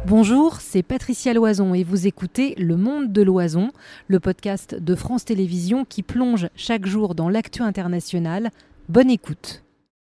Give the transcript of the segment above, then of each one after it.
Bonjour, c'est Patricia Loison et vous écoutez Le Monde de l'Oison, le podcast de France Télévisions qui plonge chaque jour dans l'actu internationale. Bonne écoute.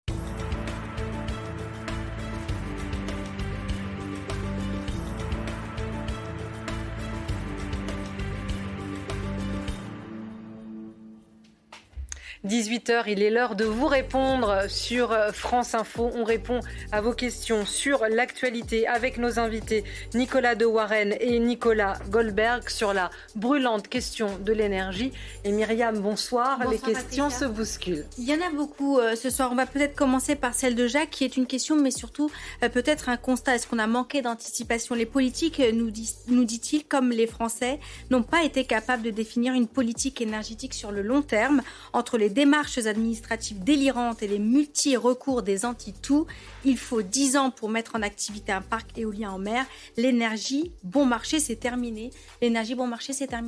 « 18h, il est l'heure de vous répondre sur France Info. On répond à vos questions sur l'actualité avec nos invités Nicolas de Warren et Nicolas Goldberg sur la brûlante question de l'énergie. Et Myriam, bonsoir. Les questions Patricia se bousculent. Il y en a beaucoup ce soir. On va peut-être commencer par celle de Jacques qui est une question, mais surtout peut-être un constat. Est-ce qu'on a manqué d'anticipation ? Les politiques, nous dit-il, comme les Français, n'ont pas été capables de définir une politique énergétique sur le long terme entre les démarches administratives délirantes et les multi-recours des anti-tout. Il faut 10 ans pour mettre en activité un parc éolien en mer. L'énergie bon marché, c'est terminé. L'énergie bon marché, c'est terminé ?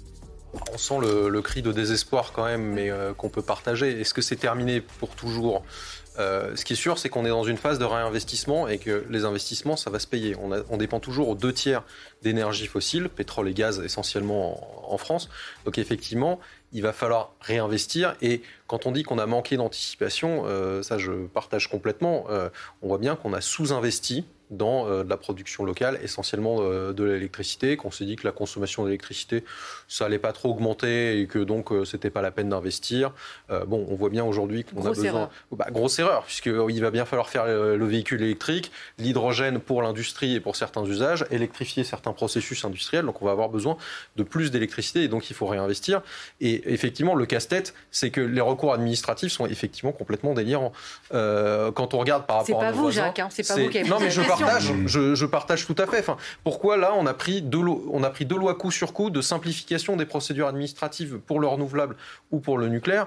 On sent le cri de désespoir quand même, mais qu'on peut partager. Est-ce que c'est terminé pour toujours ? Ce qui est sûr, c'est qu'on est dans une phase de réinvestissement et que les investissements, ça va se payer. On dépend toujours aux 2/3 d'énergie fossile, pétrole et gaz essentiellement en France. Donc effectivement, il va falloir réinvestir. Et quand on dit qu'on a manqué d'anticipation, ça je partage complètement, on voit bien qu'on a sous-investi dans de la production locale, essentiellement de l'électricité, qu'on s'est dit que la consommation d'électricité, ça n'allait pas trop augmenter et que donc c'était pas la peine d'investir. On voit bien aujourd'hui qu'on a besoin... Grosse erreur, puisqu'il va bien falloir faire le véhicule électrique, l'hydrogène pour l'industrie et pour certains usages, électrifier certains processus industriels, donc on va avoir besoin de plus d'électricité et donc il faut réinvestir. Et effectivement, le casse-tête, c'est que les recours administratifs sont effectivement complètement délirants. Quand on regarde par rapport à nos voisins... Jacques, c'est pas vous qui avez Non, mais je partage tout à fait. Enfin, pourquoi là, on a pris deux lois coup sur coup de simplification des procédures administratives pour le renouvelable ou pour le nucléaire,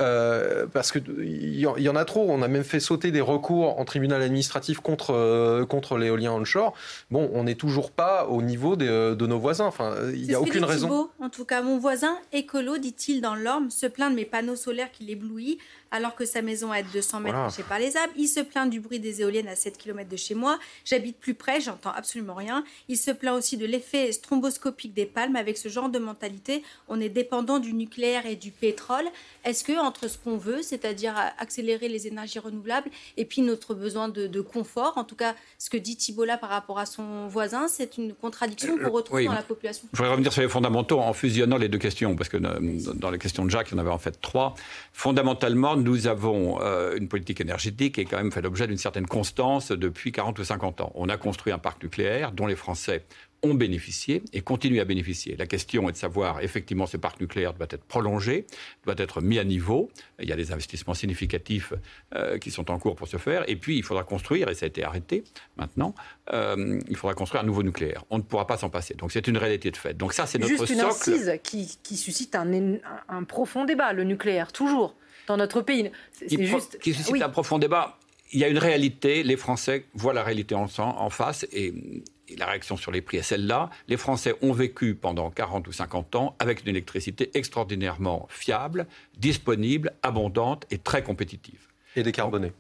parce qu'il y en a trop. On a même fait sauter des recours en tribunal administratif contre l'éolien onshore. Bon, on n'est toujours pas au niveau de nos voisins. Enfin, il n'y a aucune raison. Thibault, en tout cas, mon voisin écolo, dit-il dans l'Orne, se plaint de mes panneaux solaires qui l'éblouissent alors que sa maison est à 200 mètres cachée par les arbres. Il se plaint du bruit des éoliennes à 7 km de chez moi. J'habite plus près, j'entends absolument rien. Il se plaint aussi de l'effet stromboscopique des palmes. Avec ce genre de mentalité, on est dépendant du nucléaire et du pétrole. Est-ce que entre ce qu'on veut, c'est-à-dire accélérer les énergies renouvelables, et puis notre besoin de confort, en tout cas ce que dit Thibault là par rapport à son voisin, c'est une contradiction qu'on retrouve dans la population? Je voudrais revenir sur les fondamentaux en fusionnant les deux questions, parce que dans les questions de Jacques, il y en avait en fait 3. Fondamentalement, nous avons une politique énergétique qui est quand même fait l'objet d'une certaine constance depuis 40 ou 50 ans. On a construit un parc nucléaire dont les Français ont bénéficié et continuent à bénéficier. La question est de savoir, effectivement, ce parc nucléaire doit être prolongé, doit être mis à niveau. Il y a des investissements significatifs qui sont en cours pour ce faire. Et puis, il faudra construire, et ça a été arrêté maintenant, il faudra construire un nouveau nucléaire. On ne pourra pas s'en passer. Donc, c'est une réalité de fait. Donc, ça, c'est notre socle. Juste une incise qui suscite un profond débat, le nucléaire, toujours, dans notre pays. Qui suscite un profond débat. Il y a une réalité, les Français voient la réalité en face et la réaction sur les prix est celle-là. Les Français ont vécu pendant 40 ou 50 ans avec une électricité extraordinairement fiable, disponible, abondante et très compétitive. Et décarbonée.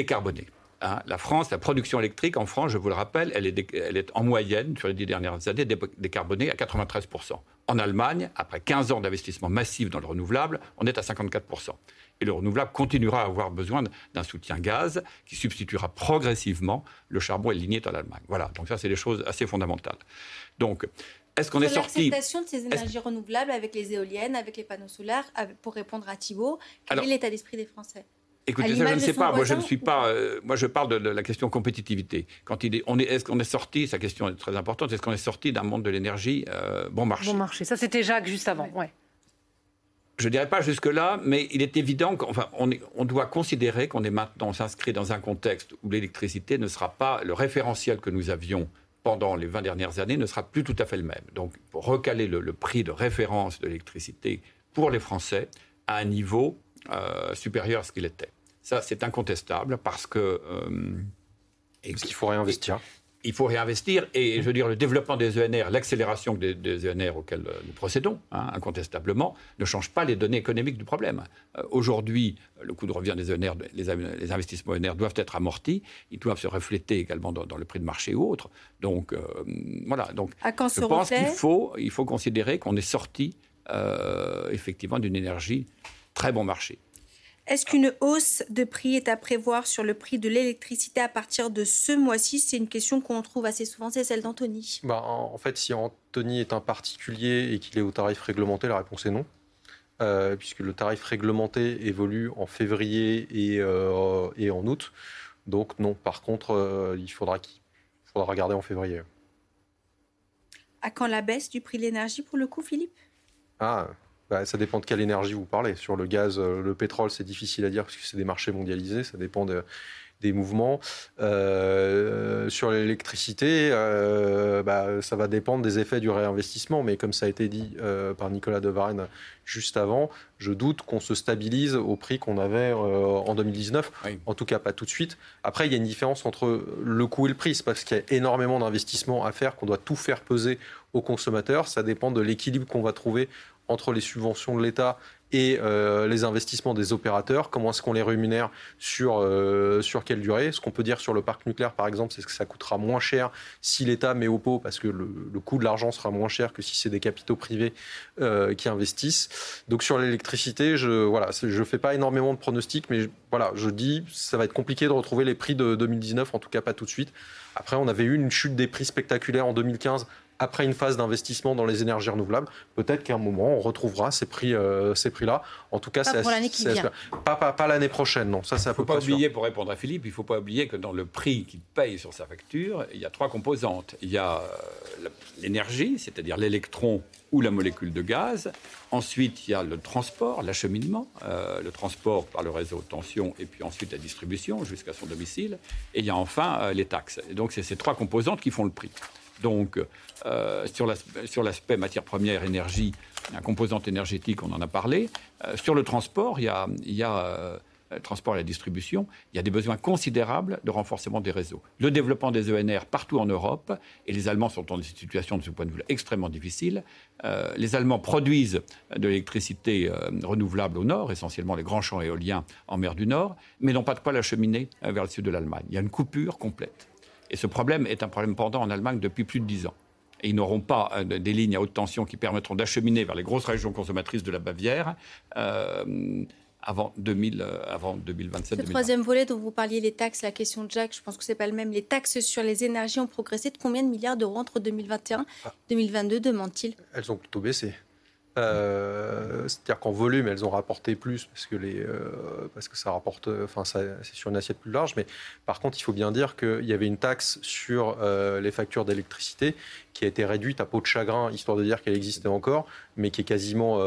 La France, la production électrique en France, je vous le rappelle, elle est en moyenne, sur les 10 dernières années, décarbonée à 93%. En Allemagne, après 15 ans d'investissement massif dans le renouvelable, on est à 54%. Et le renouvelable continuera à avoir besoin d'un soutien gaz qui substituera progressivement le charbon et le lignite en Allemagne. Voilà, donc ça, c'est des choses assez fondamentales. Donc, est-ce qu'on est sorti... L'acceptation de ces énergies renouvelables avec les éoliennes, avec les panneaux solaires, pour répondre à Thibault, quel est l'état d'esprit des Français ? Écoutez, ça, je ne sais pas. Moi, je ne suis pas. Moi, je parle de la question compétitivité. Est-ce qu'on est sorti, sa question est très importante, est-ce qu'on est sorti d'un monde de l'énergie bon marché ? Bon marché. Ça, c'était Jacques juste avant. Ouais. Je ne dirais pas jusque-là, mais il est évident qu'on doit considérer qu'on est maintenant, on s'inscrit dans un contexte où l'électricité ne sera pas le référentiel que nous avions pendant les 20 dernières années, ne sera plus tout à fait le même. Donc, pour recaler le prix de référence de l'électricité pour les Français à un niveau supérieur à ce qu'il était. Ça, c'est incontestable parce que... Parce qu'il faut réinvestir. il faut réinvestir. Et je veux dire, le développement des ENR, l'accélération des ENR auxquels nous procédons, incontestablement, ne change pas les données économiques du problème. Aujourd'hui, le coût de revient des ENR, les investissements ENR doivent être amortis. Ils doivent se refléter également dans le prix de marché ou autre. Donc, voilà. Donc, je pense qu'il faut considérer qu'on est sorti, effectivement, d'une énergie très bon marché. Est-ce qu'une hausse de prix est à prévoir sur le prix de l'électricité à partir de ce mois-ci ? C'est une question qu'on trouve assez souvent, c'est celle d'Anthony. En fait, si Anthony est un particulier et qu'il est au tarif réglementé, la réponse est non. Puisque le tarif réglementé évolue en février et en août. Donc non, par contre, il faudra regarder en février. À quand la baisse du prix de l'énergie pour le coup, Philippe ? Ça dépend de quelle énergie vous parlez. Sur le gaz, le pétrole, c'est difficile à dire parce que c'est des marchés mondialisés, ça dépend des mouvements. Sur l'électricité, ça va dépendre des effets du réinvestissement, mais comme ça a été dit par Nicolas de Varenne juste avant, je doute qu'on se stabilise au prix qu'on avait en 2019, oui. En tout cas pas tout de suite. Après, il y a une différence entre le coût et le prix, c'est parce qu'il y a énormément d'investissements à faire, qu'on doit tout faire peser aux consommateurs. Ça dépend de l'équilibre qu'on va trouver entre les subventions de l'État et les investissements des opérateurs. Comment est-ce qu'on les rémunère sur quelle durée ? Ce qu'on peut dire sur le parc nucléaire, par exemple, c'est que ça coûtera moins cher si l'État met au pot, parce que le coût de l'argent sera moins cher que si c'est des capitaux privés qui investissent. Donc sur l'électricité, je fais pas énormément de pronostics, mais je dis ça va être compliqué de retrouver les prix de 2019, en tout cas pas tout de suite. Après, on avait eu une chute des prix spectaculaire en 2015, après une phase d'investissement dans les énergies renouvelables. Peut-être qu'à un moment, on retrouvera ces prix-là. En tout cas, pas pour l'année qui vient. Pas l'année prochaine, non. Ça, c'est à peu près sûr. Pour répondre à Philippe, il ne faut pas oublier que dans le prix qu'il paye sur sa facture, il y a 3 composantes. Il y a l'énergie, c'est-à-dire l'électron ou la molécule de gaz. Ensuite, il y a le transport, l'acheminement, le transport par le réseau de tension, et puis ensuite la distribution jusqu'à son domicile. Et il y a enfin les taxes. Et donc, c'est ces 3 composantes qui font le prix. Donc, sur l'aspect matières premières, énergie, la composante énergétique, on en a parlé. Sur le transport, il y a le transport et la distribution, il y a des besoins considérables de renforcement des réseaux. Le développement des ENR partout en Europe, et les Allemands sont dans une situation de ce point de vue extrêmement difficile. Les Allemands produisent de l'électricité renouvelable au nord, essentiellement les grands champs éoliens en mer du Nord, mais n'ont pas de quoi l'acheminer vers le sud de l'Allemagne. Il y a une coupure complète. Et ce problème est un problème pendant en Allemagne depuis plus de 10 ans. Et ils n'auront pas des lignes à haute tension qui permettront d'acheminer vers les grosses régions consommatrices de la Bavière avant 2027. Ce troisième volet dont vous parliez, les taxes, la question de Jacques, je pense que ce n'est pas le même. Les taxes sur les énergies ont progressé de combien de milliards d'euros entre 2021 et 2022, demande-t-il ? Elles ont plutôt baissé. C'est-à-dire qu'en volume, elles ont rapporté plus parce que ça rapporte, c'est sur une assiette plus large. Mais par contre, il faut bien dire qu'il y avait une taxe sur les factures d'électricité qui a été réduite à peau de chagrin, histoire de dire qu'elle existait encore, mais qui est quasiment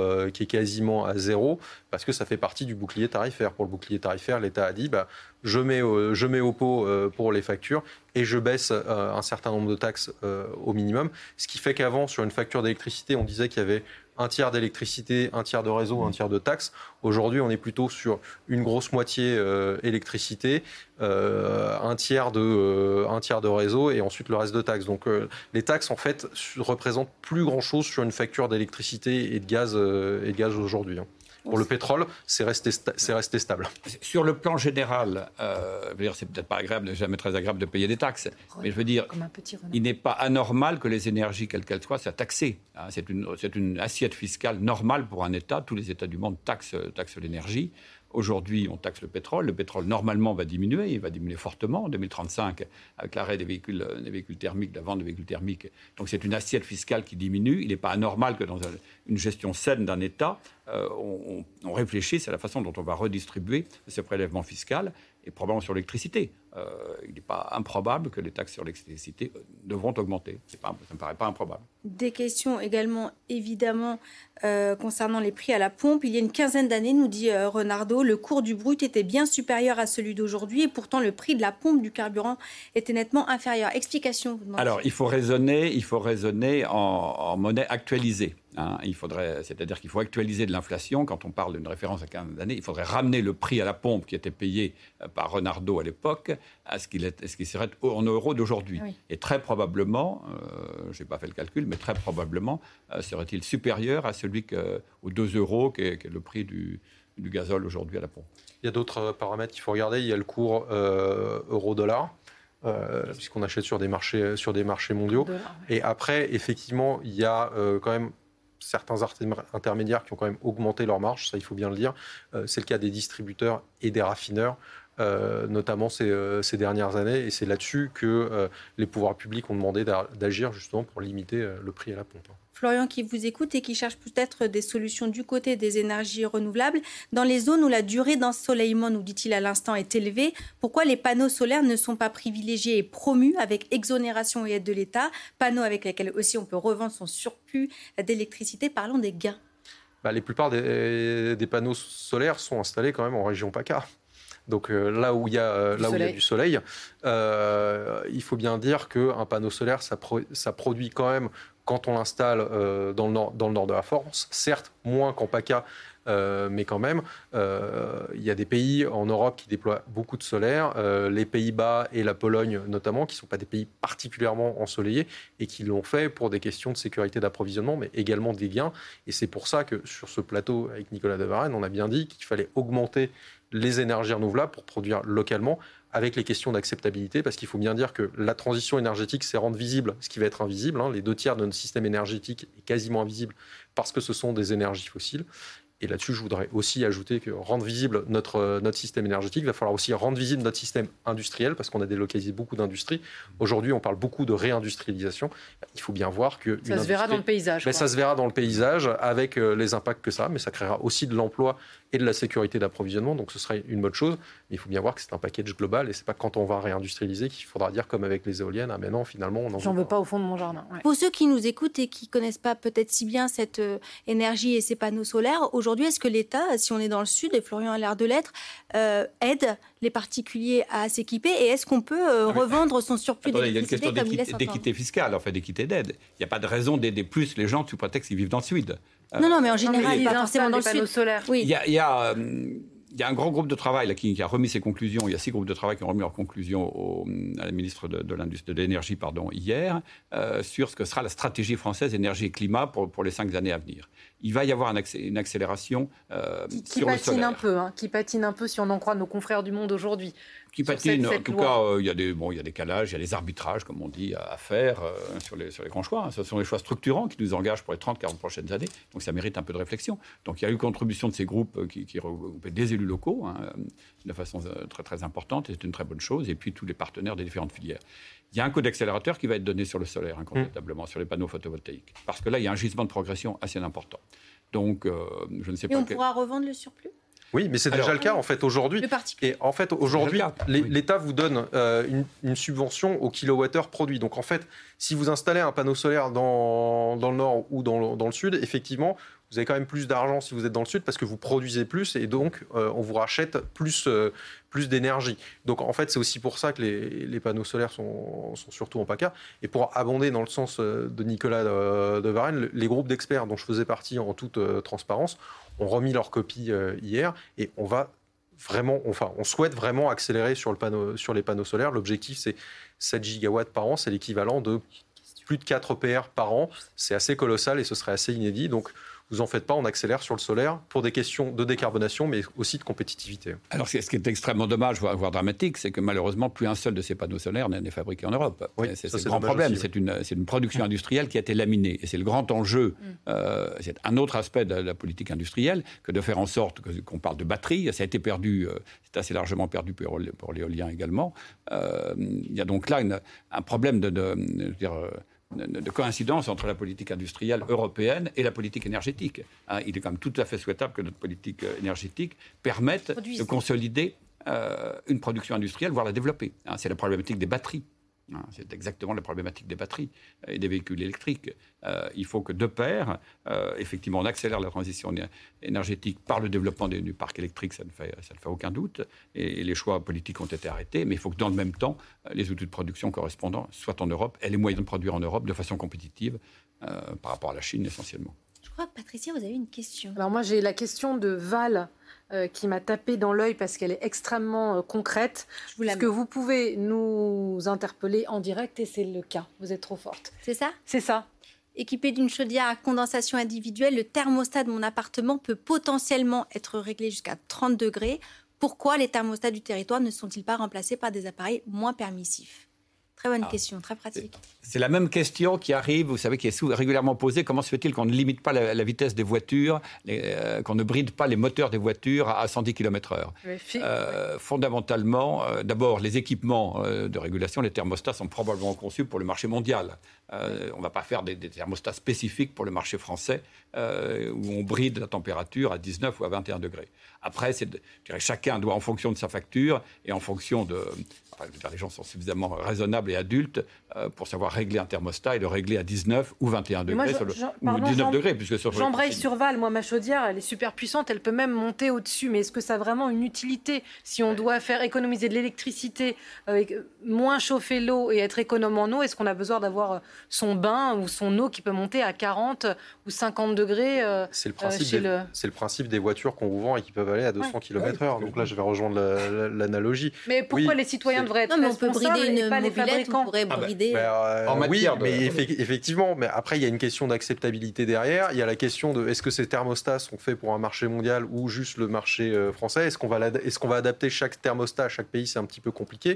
à zéro, parce que ça fait partie du bouclier tarifaire. Pour le bouclier tarifaire, l'État a dit je mets au pot pour les factures et je baisse un certain nombre de taxes au minimum. Ce qui fait qu'avant, sur une facture d'électricité, on disait qu'il y avait un tiers d'électricité, un tiers de réseau, un tiers de taxes. Aujourd'hui, on est plutôt sur une grosse moitié électricité, un tiers de réseau et ensuite le reste de taxes. Donc les taxes, en fait, représentent plus grand-chose sur une facture d'électricité et de gaz aujourd'hui. Pour le pétrole, c'est resté stable. Sur le plan général, c'est peut-être pas agréable, jamais très agréable de payer des taxes, mais je veux dire, il n'est pas anormal que les énergies, quelles qu'elles soient taxées. C'est une assiette fiscale normale pour un État. Tous les États du monde taxent l'énergie. Aujourd'hui, on taxe le pétrole. Le pétrole, normalement, va diminuer. Il va diminuer fortement en 2035 avec l'arrêt des véhicules thermiques, de la vente de véhicules thermiques. Donc, c'est une assiette fiscale qui diminue. Il n'est pas anormal que dans une gestion saine d'un État, on réfléchisse à la façon dont on va redistribuer ce prélèvement fiscal, et probablement sur l'électricité. Il n'est pas improbable que les taxes sur l'électricité devront augmenter. Ça ne me paraît pas improbable. Des questions également, évidemment, concernant les prix à la pompe. Il y a une quinzaine d'années, nous dit Renardo, le cours du brut était bien supérieur à celui d'aujourd'hui et pourtant le prix de la pompe du carburant était nettement inférieur. Explication. Alors, il faut raisonner en monnaie actualisée. C'est-à-dire qu'il faut actualiser de l'inflation. Quand on parle d'une référence à 15 années, il faudrait ramener le prix à la pompe qui était payé par Renardo à l'époque à ce qu'il serait en euros d'aujourd'hui. Oui. Et très probablement, je n'ai pas fait le calcul, mais très probablement serait-il supérieur à celui aux 2 euros qui est le prix du gazole aujourd'hui à la pompe. Il y a d'autres paramètres qu'il faut regarder. Il y a le cours euro-dollar, puisqu'on achète sur des marchés mondiaux. Et après, effectivement, il y a quand même certains intermédiaires qui ont quand même augmenté leur marge, ça il faut bien le dire. C'est le cas des distributeurs et des raffineurs, notamment ces dernières années. Et c'est là-dessus que les pouvoirs publics ont demandé d'agir justement pour limiter le prix à la pompe. Florian qui vous écoute et qui cherche peut-être des solutions du côté des énergies renouvelables. Dans les zones où la durée d'ensoleillement, nous dit-il à l'instant, est élevée, pourquoi les panneaux solaires ne sont pas privilégiés et promus avec exonération et aide de l'État, panneaux avec lesquels aussi on peut revendre son surplus d'électricité? Parlons des gains. La plupart des panneaux solaires sont installés quand même en région PACA. Donc là où il y a du soleil, il faut bien dire qu'un panneau solaire, ça produit quand même, quand on l'installe dans le nord de la France, certes moins qu'en PACA, mais quand même, il y a des pays en Europe qui déploient beaucoup de solaire, les Pays-Bas et la Pologne notamment, qui ne sont pas des pays particulièrement ensoleillés et qui l'ont fait pour des questions de sécurité d'approvisionnement, mais également des gains. Et c'est pour ça que sur ce plateau, avec Nicolas de Varenne, on a bien dit qu'il fallait augmenter les énergies renouvelables pour produire localement, avec les questions d'acceptabilité, parce qu'il faut bien dire que la transition énergétique, c'est rendre visible ce qui va être invisible. Les 2/3 de notre système énergétique est quasiment invisible parce que ce sont des énergies fossiles. Et là-dessus, je voudrais aussi ajouter que rendre visible notre système énergétique, il va falloir aussi rendre visible notre système industriel, parce qu'on a délocalisé beaucoup d'industries. Aujourd'hui, on parle beaucoup de réindustrialisation. Il faut bien voir que... Ça se verra dans le paysage. Ça se verra dans le paysage avec les impacts que ça a, mais ça créera aussi de l'emploi et de la sécurité d'approvisionnement, donc ce serait une bonne chose. Mais il faut bien voir que c'est un package global, et c'est pas quand on va réindustrialiser qu'il faudra dire comme avec les éoliennes, ah mais non, finalement, on en J'en veux pas au fond de mon jardin. Ouais. Pour ceux qui nous écoutent et qui connaissent pas peut-être si bien cette énergie et ces panneaux solaires, aujourd'hui, est-ce que l'État, si on est dans le sud, et Florian a l'air de l'être, aide les particuliers à s'équiper, et est-ce qu'on peut revendre son surplus d'électricité comme il laisse entendre ? Il y a une question d'équité fiscale, en fait, d'équité d'aide. Il n'y a pas de raison d'aider plus les gens sous prétexte qu'ils vivent dans le sud. Non, mais en général, pas forcément dans le sud. Solaires. Oui. Il y a un grand groupe de travail là, qui a remis ses conclusions. Il y a 6 groupes de travail qui ont remis leurs conclusions à la ministre de l'Énergie hier sur ce que sera la stratégie française énergie et climat pour les 5 années à venir. Il va y avoir une accélération sur le solaire. Qui patine un peu si on en croit nos confrères du Monde aujourd'hui. Qui patine, en tout cas, il y a des calages, il y a des arbitrages, comme on dit, à faire sur les grands choix. Ce sont les choix structurants qui nous engagent pour les 30-40 prochaines années. Donc ça mérite un peu de réflexion. Donc il y a eu contribution de ces groupes qui regroupaient des élus locaux de façon très, très importante, et c'est une très bonne chose, et puis tous les partenaires des différentes filières. Il y a un coup d'accélérateur qui va être donné sur le solaire, incontestablement, sur les panneaux photovoltaïques. Parce que là, il y a un gisement de progression assez important. Donc, je ne sais pas... Et on pourra revendre le surplus ? Oui, mais c'est déjà le cas en fait aujourd'hui. Et en fait aujourd'hui, l'État vous donne une subvention au kilowattheure produit. Donc en fait, si vous installez un panneau solaire dans le nord ou dans le sud, effectivement, vous avez quand même plus d'argent si vous êtes dans le sud parce que vous produisez plus et donc on vous rachète plus d'énergie. Donc en fait, c'est aussi pour ça que les panneaux solaires sont surtout en PACA. Et pour abonder dans le sens de Nicolas de Varenne, les groupes d'experts dont je faisais partie en toute transparence ont remis leur copie hier, et on souhaite vraiment accélérer sur les panneaux solaires. L'objectif, c'est 7 gigawatts par an, c'est l'équivalent de plus de 4 EPR par an. C'est assez colossal et ce serait assez inédit. Donc, vous en faites pas, on accélère sur le solaire pour des questions de décarbonation, mais aussi de compétitivité. Alors, ce qui est extrêmement dommage, voire dramatique, c'est que malheureusement, plus un seul de ces panneaux solaires n'est fabriqué en Europe. Oui, c'est le grand problème. Aussi, c'est une production industrielle qui a été laminée. Et c'est le grand enjeu. C'est un autre aspect de la politique industrielle que de faire en sorte qu'on parle de batterie. Ça a été perdu, c'est assez largement perdu pour l'éolien également. Il y a donc là un problème de coïncidence entre la politique industrielle européenne et la politique énergétique. Il est quand même tout à fait souhaitable que notre politique énergétique permette de consolider une production industrielle, voire la développer. C'est la problématique des batteries. C'est exactement la problématique des batteries et des véhicules électriques. Il faut que de pair, effectivement, on accélère la transition énergétique par le développement du parc électrique, ça ne fait aucun doute, et les choix politiques ont été arrêtés, mais il faut que dans le même temps, les outils de production correspondants soient en Europe, et les moyens de produire en Europe de façon compétitive par rapport à la Chine essentiellement. Ce crois que Patricia, vous avez une question. Alors moi, j'ai la question de Val qui m'a tapé dans l'œil parce qu'elle est extrêmement concrète. Est-ce que vous pouvez nous interpeller en direct et c'est le cas. Vous êtes trop forte. C'est ça ? C'est ça. Équipé d'une chaudière à condensation individuelle, le thermostat de mon appartement peut potentiellement être réglé jusqu'à 30 degrés. Pourquoi les thermostats du territoire ne sont-ils pas remplacés par des appareils moins permissifs ? Très bonne question, très pratique. C'est la même question qui arrive, vous savez, qui est régulièrement posée. Comment se fait-il qu'on ne limite pas la vitesse des voitures, qu'on ne bride pas les moteurs des voitures à 110 km/h Fondamentalement, d'abord, les équipements de régulation, les thermostats sont probablement conçus pour le marché mondial. On ne va pas faire des thermostats spécifiques pour le marché français où on bride la température à 19 ou à 21 degrés. Après, je dirais, chacun doit, en fonction de sa facture et en fonction de... les gens sont suffisamment raisonnables et adultes pour savoir régler un thermostat et le régler à 19 ou 21 degrés ou 19 degrés. J'embraye sur Val. Moi, ma chaudière, elle est super puissante. Elle peut même monter au-dessus. Mais est-ce que ça a vraiment une utilité si on doit faire économiser de l'électricité, moins chauffer l'eau et être économe en eau? Est-ce qu'on a besoin d'avoir son bain ou son eau qui peut monter à 40 ou 50 degrés c'est le principe des voitures qu'on vous vend et qui peuvent aller à 200 km/h. Donc là, je vais rejoindre l'analogie. Mais pourquoi les citoyens devraient être responsables on peut brider et pas les fabricants? On pourrait brider... effectivement. Mais après, il y a une question d'acceptabilité derrière. Il y a la question de est-ce que ces thermostats sont faits pour un marché mondial ou juste le marché français? Est-ce qu'on va adapter chaque thermostat à chaque pays? C'est un petit peu compliqué.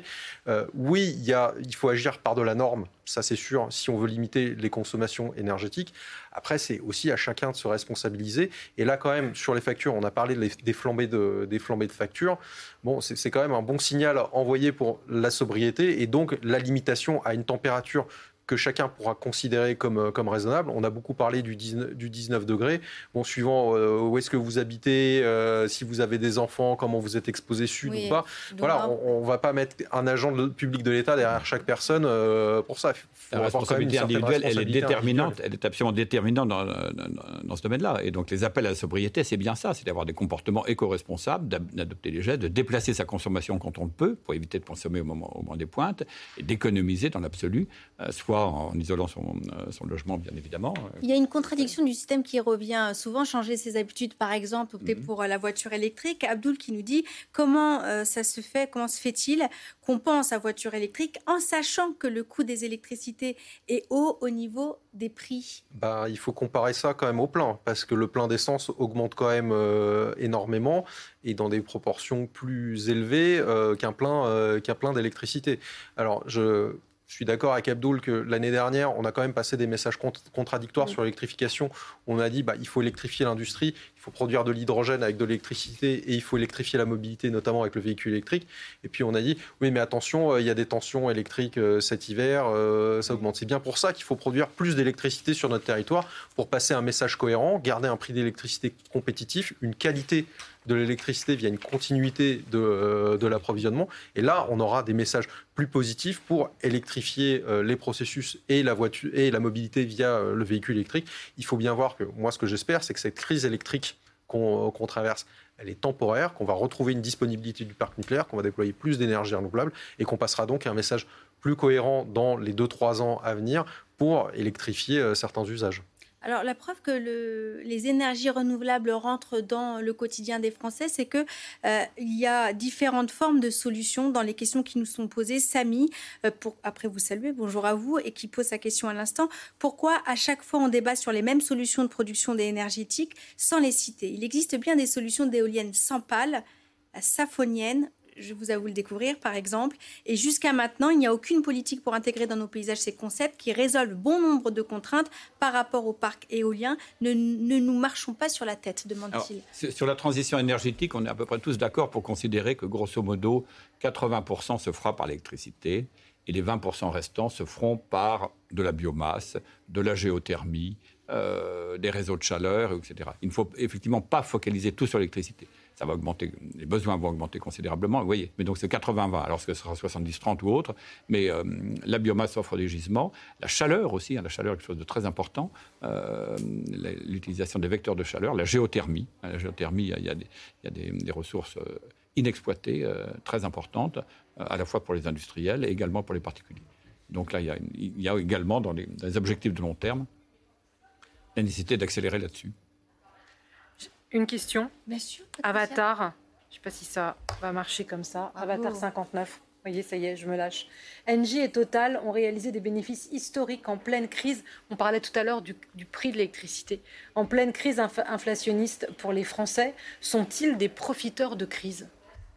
Oui, il faut agir par de la norme. Ça, c'est sûr, si on veut limiter les consommations énergétiques. Après, c'est aussi à chacun de se responsabiliser. Et là, quand même, sur les factures, on a parlé des flambées de factures. Bon, c'est quand même un bon signal envoyé pour la sobriété et donc la limitation à une température que chacun pourra considérer comme raisonnable. On a beaucoup parlé du 19 degrés. Bon, suivant où est-ce que vous habitez, si vous avez des enfants, comment vous êtes exposé sud ou pas. Voilà, on ne va pas mettre un agent public de l'État derrière chaque personne pour ça. La responsabilité individuelle, elle est déterminante. Elle est absolument déterminante dans ce domaine-là. Et donc, les appels à la sobriété, c'est bien ça. C'est d'avoir des comportements éco-responsables, d'adopter les gestes, de déplacer sa consommation quand on le peut, pour éviter de consommer au moment des pointes, et d'économiser dans l'absolu, soit en isolant son logement, bien évidemment. Il y a une contradiction du système qui revient souvent, changer ses habitudes, par exemple, opter pour la voiture électrique. Abdoul qui nous dit comment ça se fait, comment se fait-il qu'on pense à voiture électrique en sachant que le coût des électricités est haut au niveau des prix? Il faut comparer ça quand même au plein, parce que le plein d'essence augmente quand même énormément et dans des proportions plus élevées qu'un plein d'électricité. Alors, je suis d'accord avec Abdoul que l'année dernière, on a quand même passé des messages contradictoires sur l'électrification. On a dit il faut électrifier l'industrie, il faut produire de l'hydrogène avec de l'électricité et il faut électrifier la mobilité, notamment avec le véhicule électrique. Et puis on a dit oui, mais attention, il y a des tensions électriques cet hiver, ça augmente. C'est bien pour ça qu'il faut produire plus d'électricité sur notre territoire pour passer un message cohérent, garder un prix d'électricité compétitif, une qualité de l'électricité via une continuité de l'approvisionnement. Et là, on aura des messages plus positifs pour électrifier les processus et la voiture et la mobilité via le véhicule électrique. Il faut bien voir que moi, ce que j'espère, c'est que cette crise électrique qu'on traverse, elle est temporaire, qu'on va retrouver une disponibilité du parc nucléaire, qu'on va déployer plus d'énergie renouvelable et qu'on passera donc à un message plus cohérent dans les 2-3 ans à venir pour électrifier certains usages. Alors, la preuve que les énergies renouvelables rentrent dans le quotidien des Français, c'est qu'il y a différentes formes de solutions dans les questions qui nous sont posées. Samy, après vous saluer, bonjour à vous, et qui pose sa question à l'instant. Pourquoi à chaque fois on débat sur les mêmes solutions de production énergétique sans les citer? Il existe bien des solutions d'éoliennes sans pales, saphoniennes. Je vous avoue le découvrir, par exemple. Et jusqu'à maintenant, il n'y a aucune politique pour intégrer dans nos paysages ces concepts qui résolvent bon nombre de contraintes par rapport au parc éolien. Ne nous marchons pas sur la tête, demande-t-il. Alors, sur la transition énergétique, on est à peu près tous d'accord pour considérer que, grosso modo, 80% se fera par l'électricité et les 20% restants se feront par de la biomasse, de la géothermie, des réseaux de chaleur, etc. Il ne faut effectivement pas focaliser tout sur l'électricité. Ça va augmenter, les besoins vont augmenter considérablement, vous voyez. Mais donc c'est 80-20, alors que ce sera 70-30 ou autre. Mais la biomasse offre des gisements. La chaleur aussi, la chaleur est quelque chose de très important. L'utilisation des vecteurs de chaleur, la géothermie. La géothermie, il y a des ressources inexploitées, très importantes, à la fois pour les industriels et également pour les particuliers. Donc là, il y a également dans les objectifs de long terme la nécessité d'accélérer là-dessus. Une question. Bien sûr. Avatar. Je ne sais pas si ça va marcher comme ça. Bravo. Avatar 59. Vous voyez, ça y est, je me lâche. Engie et Total ont réalisé des bénéfices historiques en pleine crise. On parlait tout à l'heure du prix de l'électricité. En pleine crise inflationniste pour les Français, sont-ils des profiteurs de crise ?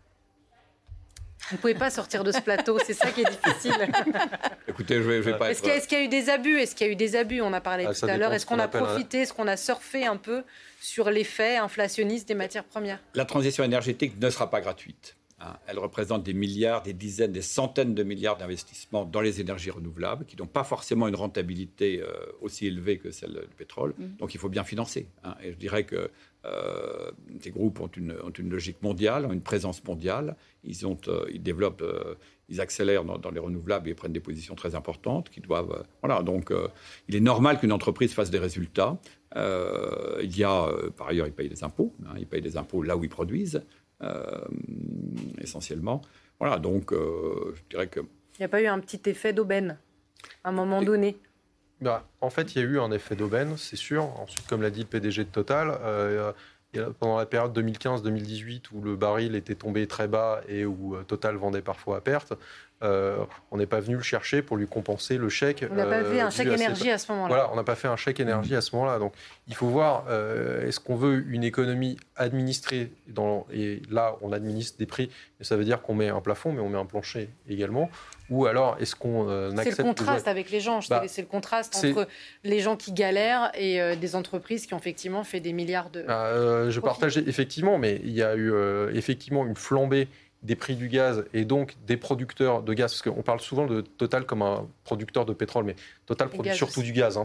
Vous ne pouvez pas sortir de ce plateau, c'est ça qui est difficile. Écoutez, je vais pas être... Est-ce qu'il y a eu des abus ? Est-ce qu'il y a eu des abus ? On a parlé tout à l'heure. Est-ce qu'on a profité ? Est-ce qu'on a surfé un peu sur l'effet inflationniste des matières premières ? La transition énergétique ne sera pas gratuite. Elle représente des milliards, des dizaines, des centaines de milliards d'investissements dans les énergies renouvelables qui n'ont pas forcément une rentabilité aussi élevée que celle du pétrole. Donc il faut bien financer. Et je dirais que ces groupes ont une logique mondiale, ont une présence mondiale. Ils développent, ils accélèrent dans les renouvelables et prennent des positions très importantes qui doivent... donc il est normal qu'une entreprise fasse des résultats. Par ailleurs, ils payent des impôts. Ils payent des impôts là où ils produisent. Essentiellement. Donc je dirais que... Il n'y a pas eu un petit effet d'aubaine à un moment donné ? En fait, il y a eu un effet d'aubaine, c'est sûr. Ensuite, comme l'a dit le PDG de Total, pendant la période 2015-2018 où le baril était tombé très bas et où Total vendait parfois à perte, on n'est pas venu le chercher pour lui compenser le chèque. On n'a pas fait un chèque énergie à ce moment-là. Voilà, on n'a pas fait un chèque énergie à ce moment-là. Donc, il faut voir, est-ce qu'on veut une économie administrée et là, on administre des prix, et ça veut dire qu'on met un plafond, mais on met un plancher également. Ou alors, est-ce qu'on accepte... C'est le contraste avec les gens. C'est le contraste entre les gens qui galèrent et des entreprises qui ont effectivement fait des milliards de... je partage effectivement, mais il y a eu effectivement une flambée des prix du gaz et donc des producteurs de gaz, parce qu'on parle souvent de Total comme un producteur de pétrole, mais Total produit surtout du gaz.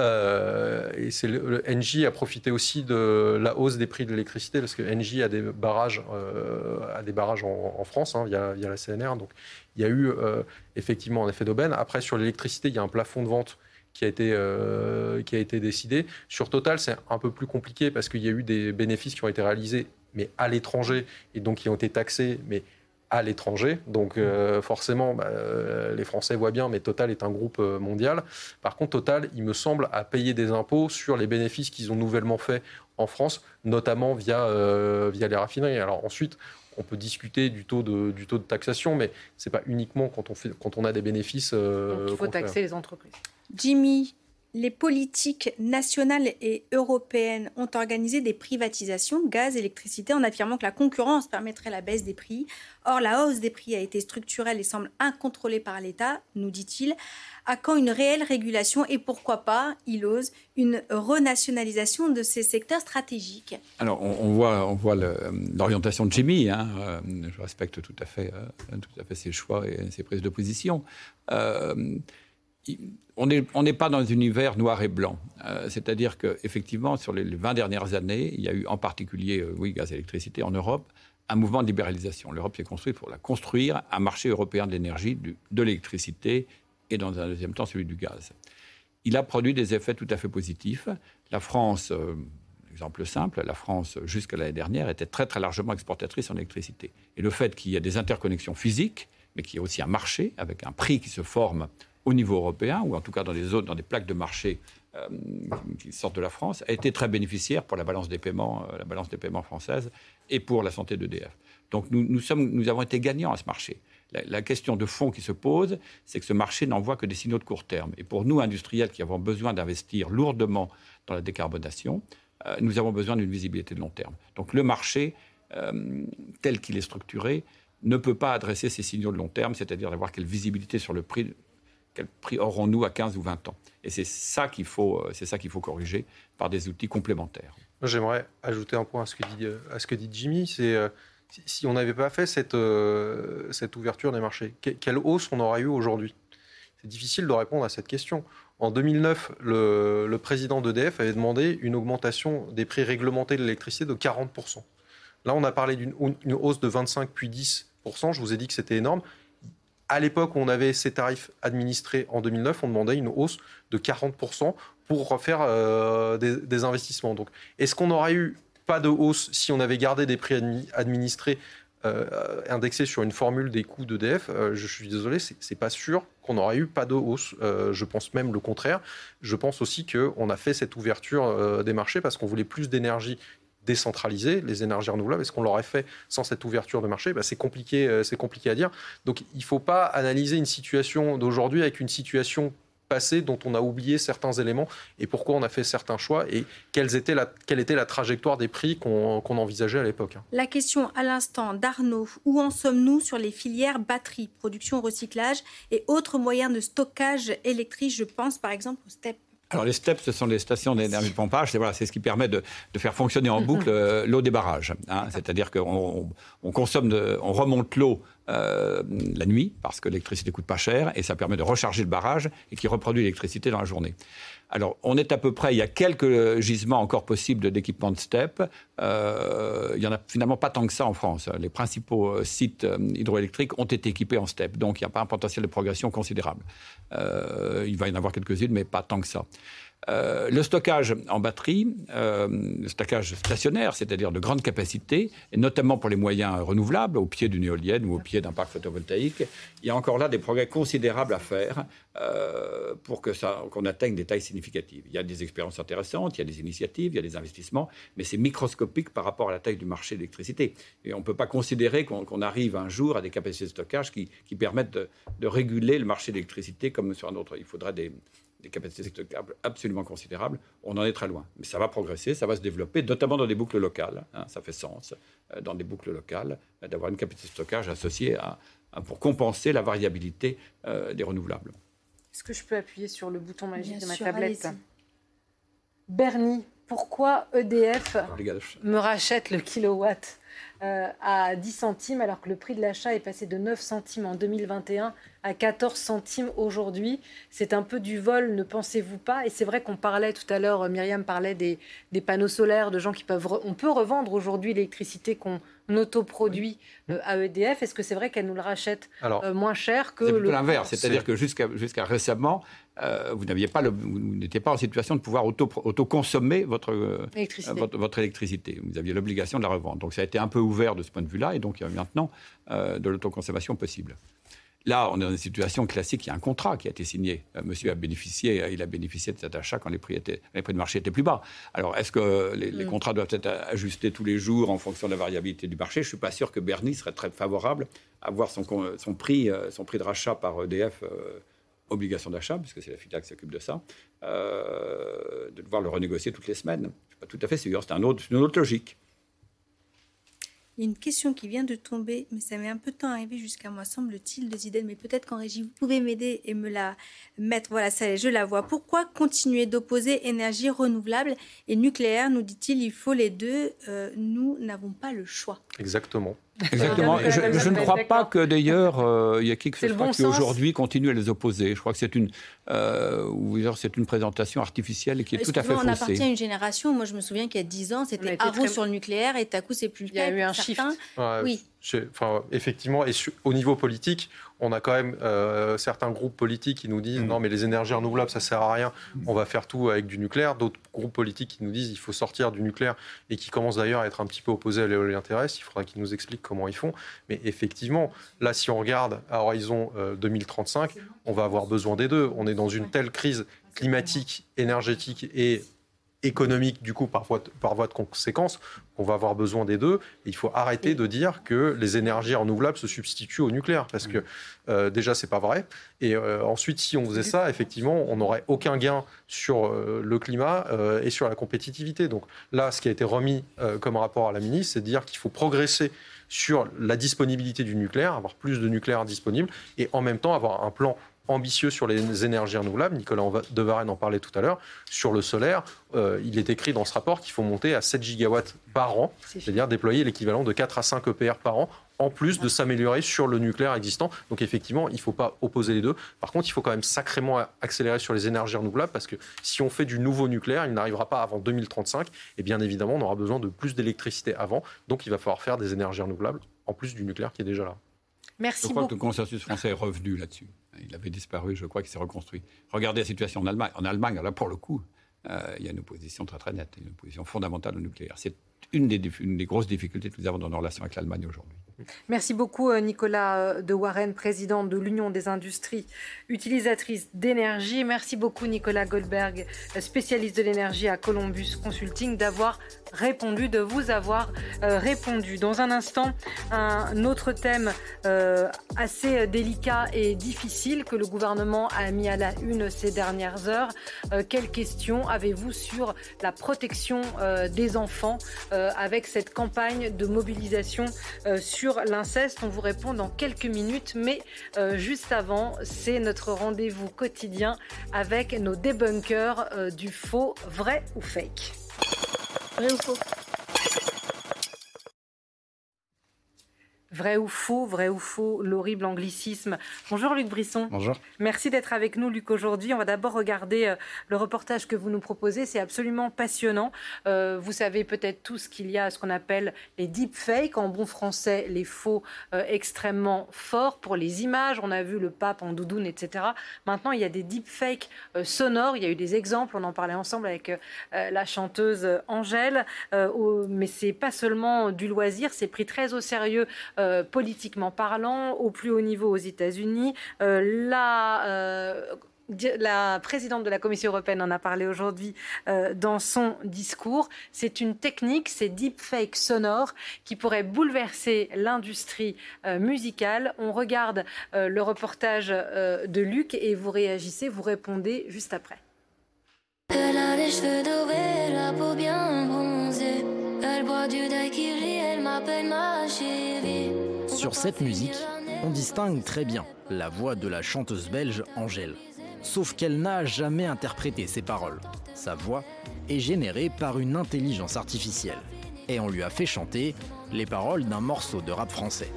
Et Engie a profité aussi de la hausse des prix de l'électricité, parce que Engie a des barrages, en France via la CNR. Donc il y a eu effectivement un effet d'aubaine. Après, sur l'électricité, il y a un plafond de vente qui a été décidé. Sur Total, c'est un peu plus compliqué parce qu'il y a eu des bénéfices qui ont été réalisés, mais à l'étranger, et donc qui ont été taxés, mais à l'étranger. Donc forcément, les Français voient bien, mais Total est un groupe mondial. Par contre, Total, il me semble, a payé des impôts sur les bénéfices qu'ils ont nouvellement faits en France, notamment via les raffineries. Alors ensuite, on peut discuter du taux de taxation, mais ce n'est pas uniquement quand on a des bénéfices. Donc il faut taxer les entreprises. Jimmy, les politiques nationales et européennes ont organisé des privatisations gaz, électricité, en affirmant que la concurrence permettrait la baisse des prix. Or, la hausse des prix a été structurelle et semble incontrôlée par l'État, nous dit-il. À quand une réelle régulation et pourquoi pas, il ose, une renationalisation de ces secteurs stratégiques ? Alors, on voit l'orientation de Jimmy. Je respecte tout à fait ses choix et ses prises de position. On n'est pas dans un univers noir et blanc. C'est-à-dire qu'effectivement, sur les 20 dernières années, il y a eu en particulier, gaz et électricité en Europe, un mouvement de libéralisation. L'Europe s'est construite pour construire un marché européen de l'énergie, de l'électricité et dans un deuxième temps celui du gaz. Il a produit des effets tout à fait positifs. La France, exemple simple, la France, jusqu'à l'année dernière, était très très largement exportatrice en électricité. Et le fait qu'il y ait des interconnexions physiques, mais qu'il y ait aussi un marché avec un prix qui se forme au niveau européen, ou en tout cas dans des plaques de marché qui sortent de la France, a été très bénéficiaire pour la balance des paiements française et pour la santé d'EDF. Donc nous avons été gagnants à ce marché. La question de fond qui se pose, c'est que ce marché n'envoie que des signaux de court terme. Et pour nous, industriels, qui avons besoin d'investir lourdement dans la décarbonation, nous avons besoin d'une visibilité de long terme. Donc le marché, tel qu'il est structuré, ne peut pas adresser ces signaux de long terme, c'est-à-dire d'avoir quelle visibilité sur le prix. Quel prix aurons-nous à 15 ou 20 ans ? Et c'est ça qu'il faut corriger par des outils complémentaires. Moi, j'aimerais ajouter un point à ce que dit Jimmy. C'est si on n'avait pas fait cette ouverture des marchés, quelle hausse on aurait eu aujourd'hui ? C'est difficile de répondre à cette question. En 2009, le président d'EDF avait demandé une augmentation des prix réglementés de l'électricité de 40%. Là, on a parlé d'une hausse de 25 puis 10%. Je vous ai dit que c'était énorme. À l'époque où on avait ces tarifs administrés en 2009, on demandait une hausse de 40% pour refaire des investissements. Donc, est-ce qu'on n'aurait eu pas de hausse si on avait gardé des prix administrés indexé sur une formule des coûts d'EDF, je suis désolé, c'est pas sûr qu'on n'aurait eu pas de hausse. Je pense même le contraire. Je pense aussi qu'on a fait cette ouverture des marchés parce qu'on voulait plus d'énergie décentralisée, les énergies renouvelables. Est-ce qu'on l'aurait fait sans cette ouverture de marché ? C'est compliqué à dire. Donc il ne faut pas analyser une situation d'aujourd'hui avec une situation passée dont on a oublié certains éléments et pourquoi on a fait certains choix et quelle était la trajectoire des prix qu'on envisageait à l'époque. La question à l'instant d'Arnaud, où en sommes-nous sur les filières batterie, production, recyclage et autres moyens de stockage électrique? Je pense par exemple aux STEP. Alors les STEP, ce sont les stations d'énergie de pompage. C'est ce qui permet de faire fonctionner en boucle l'eau des barrages. C'est-à-dire qu'on on remonte l'eau la nuit parce que l'électricité coûte pas cher et ça permet de recharger le barrage et qui reproduit l'électricité dans la journée. Alors, on est à peu près, il y a quelques gisements encore possibles d'équipements de STEP. Il n'y en a finalement pas tant que ça en France. Les principaux sites hydroélectriques ont été équipés en STEP, donc il n'y a pas un potentiel de progression considérable. Il va y en avoir quelques-unes, mais pas tant que ça. Le stockage en batterie, le stockage stationnaire, c'est-à-dire de grande capacité, et notamment pour les moyens renouvelables, au pied d'une éolienne ou au pied d'un parc photovoltaïque, il y a encore là des progrès considérables à faire pour qu'on atteigne des tailles significatives. Il y a des expériences intéressantes, il y a des initiatives, il y a des investissements, mais c'est microscopique par rapport à la taille du marché de l'électricité. Et on ne peut pas considérer qu'on arrive un jour à des capacités de stockage qui permettent de réguler le marché de l'électricité comme sur un autre. Il faudra des capacités stockables absolument considérables. On en est très loin. Mais ça va progresser, ça va se développer, notamment dans des boucles locales. Ça fait sens, dans des boucles locales, d'avoir une capacité de stockage associée pour compenser la variabilité des renouvelables. Est-ce que je peux appuyer sur le bouton magique de ma tablette ? Bernie, pourquoi EDF me rachète le kilowatt à 10 centimes alors que le prix de l'achat est passé de 9 centimes en 2021 à 14 centimes aujourd'hui? C'est un peu du vol, ne pensez-vous pas? Et c'est vrai qu'on parlait tout à l'heure, Myriam parlait des panneaux solaires, de gens qui peuvent... On peut revendre aujourd'hui l'électricité qu'on autoproduit à EDF. Est-ce que c'est vrai qu'elle nous le rachète moins cher que... C'est plutôt l'inverse, c'est-à-dire que jusqu'à récemment, vous n'étiez pas en situation de pouvoir autoconsommer votre électricité. Vous aviez l'obligation de la revendre. Donc ça a été un peu ouvert de ce point de vue-là, et donc il y a maintenant de l'autoconsommation possible. Là, on est dans une situation classique, il y a un contrat qui a été signé. Monsieur a bénéficié de cet achat quand les prix de marché étaient plus bas. Alors, est-ce que les contrats doivent être ajustés tous les jours en fonction de la variabilité du marché? Je ne suis pas sûr que Bernie serait très favorable à voir son prix de rachat par EDF, obligation d'achat, puisque c'est la FIDA qui s'occupe de ça, de devoir le renégocier toutes les semaines. Je ne suis pas tout à fait sûr, c'est une autre logique. Il y a une question qui vient de tomber, mais ça met un peu de temps à arriver jusqu'à moi, semble-t-il, de Zidane. Mais peut-être qu'en régie, vous pouvez m'aider et me la mettre. Voilà, ça y est, je la vois. Pourquoi continuer d'opposer énergie renouvelable et nucléaire? Nous dit-il, il faut les deux. Nous n'avons pas le choix. Exactement. Exactement. Je ne crois pas que d'ailleurs il y a qui que ce soit qui aujourd'hui continue à les opposer. Je crois que c'est une présentation artificielle qui est tout à fait faussée. On appartient à une génération. Moi, je me souviens qu'il y a 10 ans, c'était haro sur le nucléaire et tout à coup, c'est plus le cas. Il y a eu un shift. Oui. Effectivement, et au niveau politique, on a quand même certains groupes politiques qui nous disent non, mais les énergies renouvelables, ça sert à rien, on va faire tout avec du nucléaire. D'autres groupes politiques qui nous disent il faut sortir du nucléaire et qui commencent d'ailleurs à être un petit peu opposés à l'éolien terrestre. Il faudra qu'ils nous expliquent comment ils font. Mais effectivement, là, si on regarde à horizon 2035, on va avoir besoin des deux. On est dans une telle crise climatique, énergétique et économique, du coup, par voie de conséquence, on va avoir besoin des deux. Et il faut arrêter de dire que les énergies renouvelables se substituent au nucléaire, parce que déjà, c'est pas vrai. Et ensuite, si on faisait ça, effectivement, on n'aurait aucun gain sur le climat et sur la compétitivité. Donc là, ce qui a été remis comme rapport à la ministre, c'est de dire qu'il faut progresser sur la disponibilité du nucléaire, avoir plus de nucléaire disponible, et en même temps avoir un plan ambitieux sur les énergies renouvelables. Nicolas de Varenne en parlait tout à l'heure. Sur le solaire, il est écrit dans ce rapport qu'il faut monter à 7 gigawatts par an, c'est-à-dire déployer l'équivalent de 4 à 5 EPR par an, en plus de s'améliorer sur le nucléaire existant. Donc effectivement, il ne faut pas opposer les deux. Par contre, il faut quand même sacrément accélérer sur les énergies renouvelables, parce que si on fait du nouveau nucléaire, il n'arrivera pas avant 2035. Et bien évidemment, on aura besoin de plus d'électricité avant. Donc il va falloir faire des énergies renouvelables, en plus du nucléaire qui est déjà là. Merci beaucoup. Je crois que le consensus français est revenu là-dessus. Il avait disparu, je crois qu'il s'est reconstruit. Regardez la situation en Allemagne. En Allemagne, là, pour le coup, il y a une opposition très très nette, une opposition fondamentale au nucléaire. C'est une des grosses difficultés que nous avons dans nos relations avec l'Allemagne aujourd'hui. Merci beaucoup Nicolas de Warren, président de l'Union des industries utilisatrices d'énergie. Merci beaucoup Nicolas Goldberg, spécialiste de l'énergie à Columbus Consulting, de vous avoir répondu. Dans un instant, un autre thème assez délicat et difficile que le gouvernement a mis à la une ces dernières heures. Quelles questions avez-vous sur la protection des enfants avec cette campagne de mobilisation sur l'inceste? On vous répond dans quelques minutes, mais juste avant, c'est notre rendez-vous quotidien avec nos débunkers du faux, vrai ou fake. Vrai ou faux? Vrai ou faux, l'horrible anglicisme. Bonjour Luc Brisson. Bonjour. Merci d'être avec nous Luc aujourd'hui. On va d'abord regarder le reportage que vous nous proposez. C'est absolument passionnant. Vous savez peut-être tous qu'il y a ce qu'on appelle les deepfakes, en bon français les faux extrêmement forts pour les images. On a vu le pape en doudoune, etc. Maintenant, il y a des deepfakes sonores. Il y a eu des exemples, on en parlait ensemble avec la chanteuse Angèle. Mais c'est pas seulement du loisir, c'est pris très au sérieux politiquement parlant, au plus haut niveau aux États-Unis. La présidente de la Commission européenne en a parlé aujourd'hui dans son discours. C'est une technique, ces deepfakes sonores, qui pourrait bouleverser l'industrie musicale. On regarde le reportage de Luc et vous réagissez, vous répondez juste après. Elle a les cheveux dorés, la peau bien bronzée. Elle boit du daiquiri, elle m'appelle ma chérie. Sur cette musique, on distingue très bien la voix de la chanteuse belge Angèle. Sauf qu'elle n'a jamais interprété ses paroles. Sa voix est générée par une intelligence artificielle. Et on lui a fait chanter les paroles d'un morceau de rap français.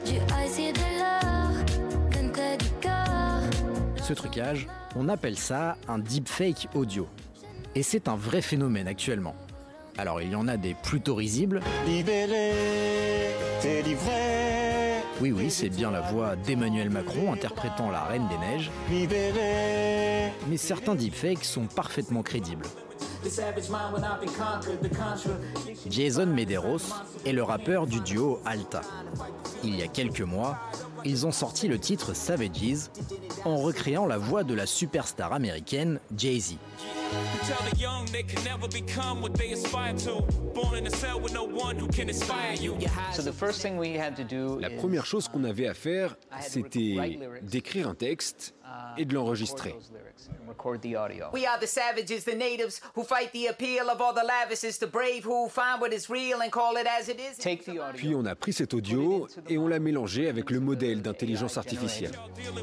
Ce trucage, on appelle ça un deepfake audio. Et c'est un vrai phénomène actuellement. Alors il y en a des plutôt risibles. Libéré, délivré. Oui, c'est bien la voix d'Emmanuel Macron interprétant la Reine des Neiges. Libéré. Mais certains deepfakes sont parfaitement crédibles. Jason Medeiros est le rappeur du duo Alta. Il y a quelques mois, ils ont sorti le titre Savages en recréant la voix de la superstar américaine Jay-Z. La première chose qu'on avait à faire, c'était d'écrire un texte et de l'enregistrer. We are the savages, the natives who fight the appeal of all the lavishes, the brave who find what is real and call it as it is. Puis on a pris cet audio et on l'a mélangé avec le modèle d'intelligence artificielle.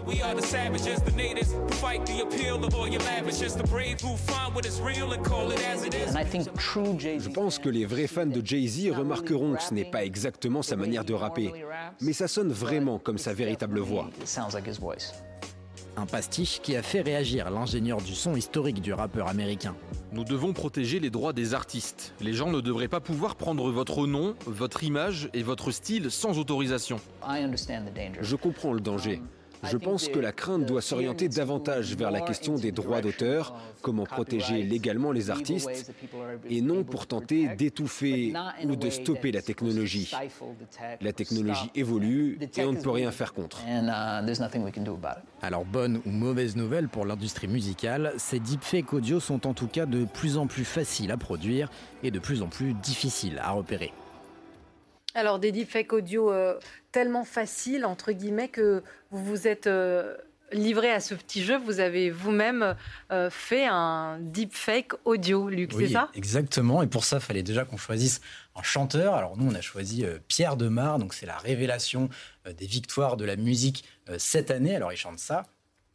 Je pense que les vrais fans de Jay-Z remarqueront que ce n'est pas exactement sa manière de rapper, mais ça sonne vraiment comme sa véritable voix. Un pastiche qui a fait réagir l'ingénieur du son historique du rappeur américain. Nous devons protéger les droits des artistes. Les gens ne devraient pas pouvoir prendre votre nom, votre image et votre style sans autorisation. Je comprends le danger. Je pense que la crainte doit s'orienter davantage vers la question des droits d'auteur, comment protéger légalement les artistes, et non pour tenter d'étouffer ou de stopper la technologie. La technologie évolue et on ne peut rien faire contre. Alors bonne ou mauvaise nouvelle pour l'industrie musicale, ces deepfakes audio sont en tout cas de plus en plus faciles à produire et de plus en plus difficiles à repérer. Alors des deepfakes audio tellement faciles, entre guillemets, que vous vous êtes livré à ce petit jeu. Vous avez vous-même fait un deepfake audio, Luc, oui, c'est ça ? Exactement, et pour ça, il fallait déjà qu'on choisisse un chanteur. Alors nous, on a choisi Pierre Demar, donc c'est la révélation des victoires de la musique cette année. Alors il chante ça.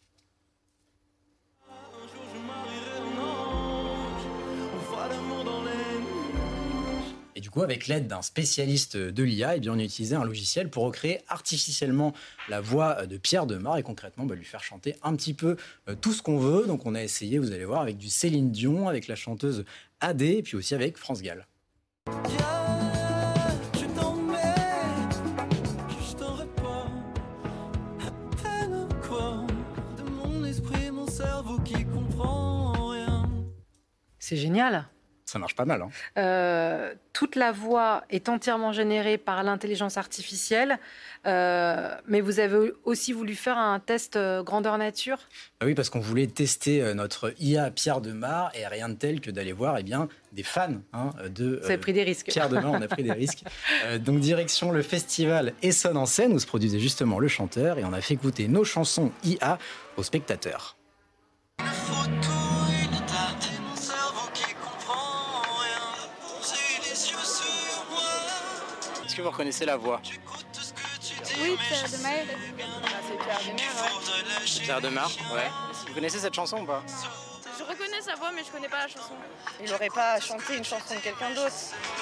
Et du coup, avec l'aide d'un spécialiste de l'IA, on a utilisé un logiciel pour recréer artificiellement la voix de Pierre Demar et concrètement lui faire chanter un petit peu tout ce qu'on veut. Donc on a essayé, vous allez voir, avec du Céline Dion, avec la chanteuse AD et puis aussi avec France Gall. C'est génial. Ça marche pas mal. Hein. Toute la voix est entièrement générée par l'intelligence artificielle, mais vous avez aussi voulu faire un test grandeur nature ? Oui, parce qu'on voulait tester notre IA Pierre Demar, et rien de tel que d'aller voir des fans de Vous avez pris des risques. Pierre Demar. On a pris des risques. Donc direction le festival Essonne en scène, où se produisait justement le chanteur, et on a fait écouter nos chansons IA aux spectateurs. Est-ce que vous reconnaissez la voix ? Oui, Pierre Demar. C'est Pierre Demar, ouais. Pierre Demar, ouais. Vous connaissez cette chanson ou pas ? Je reconnais sa voix, mais je connais pas la chanson. Il n'aurait pas chanté une chanson de quelqu'un d'autre.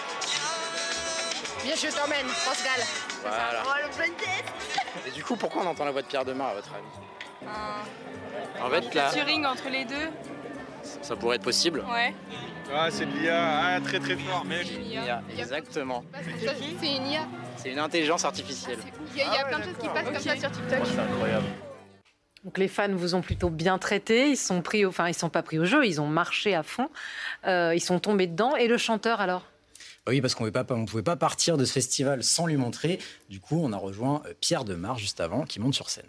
Viens, je t'emmène, France Gall. Voilà. Oh, le bon test. Et du coup, pourquoi on entend la voix de Pierre Demar, à votre avis ? En fait, là, featuring entre les deux. Ça pourrait être possible. Ouais. Ah, c'est de l'IA, très très fort, mec. IA, exactement. C'est une IA. C'est une intelligence artificielle. Il y a plein de choses qui passent comme ça sur TikTok. C'est incroyable. Donc les fans vous ont plutôt bien traité, ils sont pas pris au jeu, ils ont marché à fond, ils sont tombés dedans. Et le chanteur alors ? Oui, parce qu'on ne pouvait pas partir de ce festival sans lui montrer. Du coup, on a rejoint Pierre Demar juste avant, qui monte sur scène.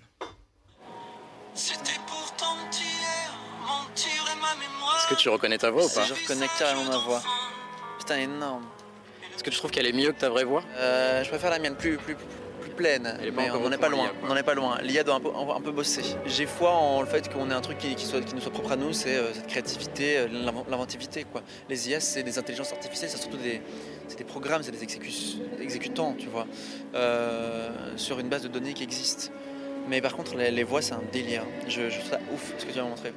C'était pourtant hier, mentir et ma mémoire. Est-ce que tu reconnais ta voix ou pas ? Je reconnais carrément ma voix. Putain, énorme. Est-ce que tu trouves qu'elle est mieux que ta vraie voix ? Je préfère la mienne plus pleine, mais on n'en est pas loin. On n'en est pas loin. L'IA doit un peu bosser. J'ai foi en le fait qu'on ait un truc qui nous soit propre à nous, c'est cette créativité, l'inventivité, quoi. Les IA, c'est des intelligences artificielles, c'est surtout des programmes, c'est des exécutants, tu vois, sur une base de données qui existe. Mais par contre, les voix, c'est un délire. Je trouve ça ouf ce que tu as montré.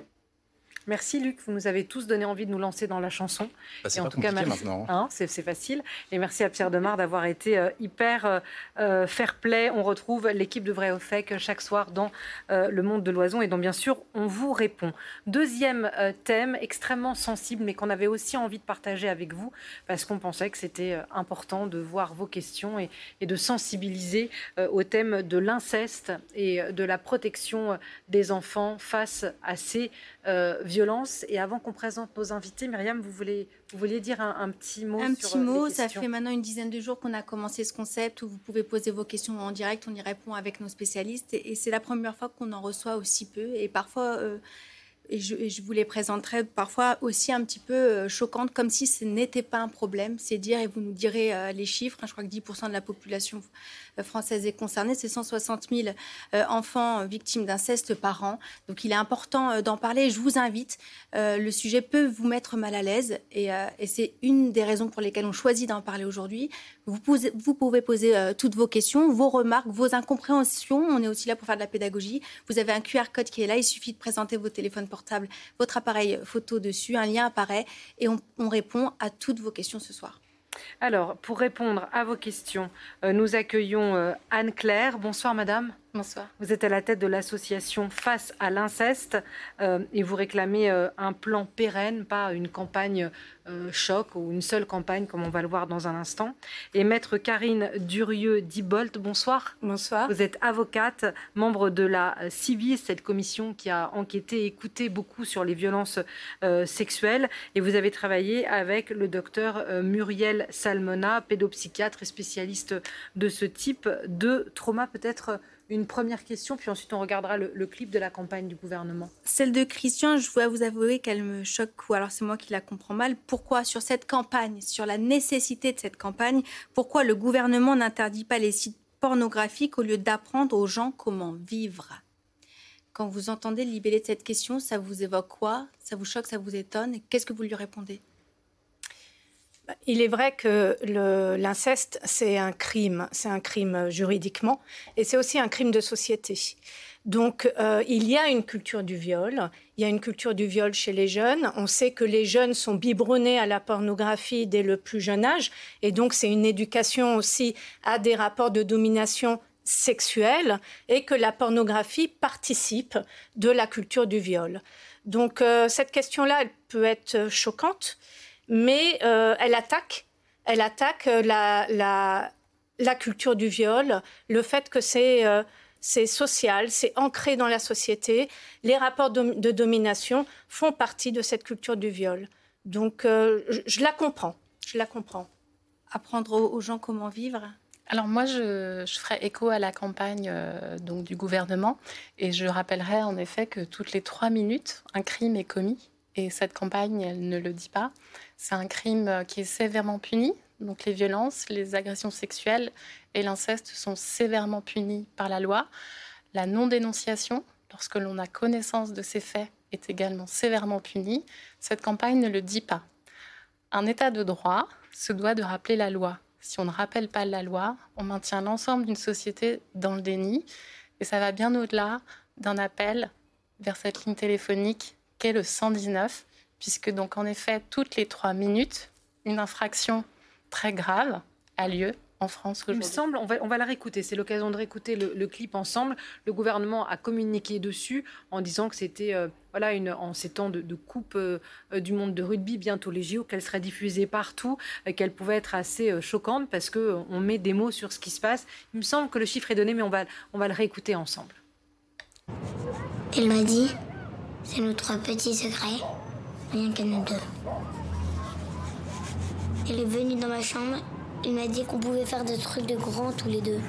Merci Luc, vous nous avez tous donné envie de nous lancer dans la chanson. C'est et en pas tout cas, merci. Maintenant. C'est facile. Et merci à Pierre Demar d'avoir été hyper fair-play. On retrouve l'équipe de Vrai ou Fake chaque soir dans Le Monde de l'Oison et dont bien sûr on vous répond. Deuxième thème extrêmement sensible mais qu'on avait aussi envie de partager avec vous parce qu'on pensait que c'était important de voir vos questions et de sensibiliser au thème de l'inceste et de la protection des enfants face à ces violence. Et avant qu'on présente nos invités, Myriam, vous vouliez dire un petit mot Un sur petit mot, les ça questions. fait maintenant une dizaine de jours qu'on a commencé ce concept où vous pouvez poser vos questions en direct, on y répond avec nos spécialistes et c'est la première fois qu'on en reçoit aussi peu et parfois... Et je vous les présenterai parfois aussi un petit peu choquantes, comme si ce n'était pas un problème. C'est dire, et vous nous direz les chiffres, je crois que 10% de la population française est concernée, c'est 160 000 enfants victimes d'inceste par an. Donc il est important d'en parler. Je vous invite, le sujet peut vous mettre mal à l'aise et c'est une des raisons pour lesquelles on choisit d'en parler aujourd'hui. Vous pouvez poser toutes vos questions, vos remarques, vos incompréhensions. On est aussi là pour faire de la pédagogie. Vous avez un QR code qui est là, il suffit de présenter vos téléphones portable, votre appareil photo dessus, un lien apparaît et on répond à toutes vos questions ce soir. Alors, pour répondre à vos questions, nous accueillons Anne-Claire. Bonsoir madame. Bonsoir. Vous êtes à la tête de l'association Face à l'inceste et vous réclamez un plan pérenne, pas une campagne choc ou une seule campagne comme on va le voir dans un instant. Et maître Karine Durieux-Dibolt, bonsoir. Bonsoir. Vous êtes avocate, membre de la CIVIS, cette commission qui a enquêté et écouté beaucoup sur les violences sexuelles. Et vous avez travaillé avec le docteur Muriel Salmona, pédopsychiatre et spécialiste de ce type de trauma. Peut-être une première question, puis ensuite on regardera le clip de la campagne du gouvernement. Celle de Christian, je dois vous avouer qu'elle me choque, ou alors c'est moi qui la comprends mal. Pourquoi sur cette campagne, sur la nécessité de cette campagne, pourquoi le gouvernement n'interdit pas les sites pornographiques au lieu d'apprendre aux gens comment vivre ? Quand vous entendez le libellé de cette question, ça vous évoque quoi ? Ça vous choque, ça vous étonne ? Qu'est-ce que vous lui répondez ? Il est vrai que l'inceste, c'est un crime juridiquement, et c'est aussi un crime de société. Donc, il y a une culture du viol. Il y a une culture du viol chez les jeunes. On sait que les jeunes sont biberonnés à la pornographie dès le plus jeune âge, et donc c'est une éducation aussi à des rapports de domination sexuelle, et que la pornographie participe de la culture du viol. Donc, cette question-là, elle peut être choquante. Mais elle attaque la culture du viol, le fait que c'est social, c'est ancré dans la société. Les rapports de domination font partie de cette culture du viol. Donc, je la comprends. Apprendre aux gens comment vivre. Alors moi, je ferai écho à la campagne donc du gouvernement et je rappellerai en effet que toutes les 3 minutes, un crime est commis et cette campagne, elle ne le dit pas. C'est un crime qui est sévèrement puni. Donc les violences, les agressions sexuelles et l'inceste sont sévèrement punis par la loi. La non-dénonciation, lorsque l'on a connaissance de ces faits, est également sévèrement punie. Cette campagne ne le dit pas. Un État de droit se doit de rappeler la loi. Si on ne rappelle pas la loi, on maintient l'ensemble d'une société dans le déni. Et ça va bien au-delà d'un appel vers cette ligne téléphonique qu'est le 119, puisque donc en effet, toutes les 3 minutes, une infraction très grave a lieu en France aujourd'hui. Il me semble, on va la réécouter, c'est l'occasion de réécouter le clip ensemble. Le gouvernement a communiqué dessus en disant que c'était, en ces temps de coupe du monde de rugby, bientôt les JO, qu'elle serait diffusée partout, qu'elle pouvait être assez choquante parce qu'on met des mots sur ce qui se passe. Il me semble que le chiffre est donné, mais on va le réécouter ensemble. Elle m'a dit, c'est nos 3 petits secrets, rien qu'à nous 2. Elle est venue dans ma chambre. Il m'a dit qu'on pouvait faire des trucs de grands tous les 2.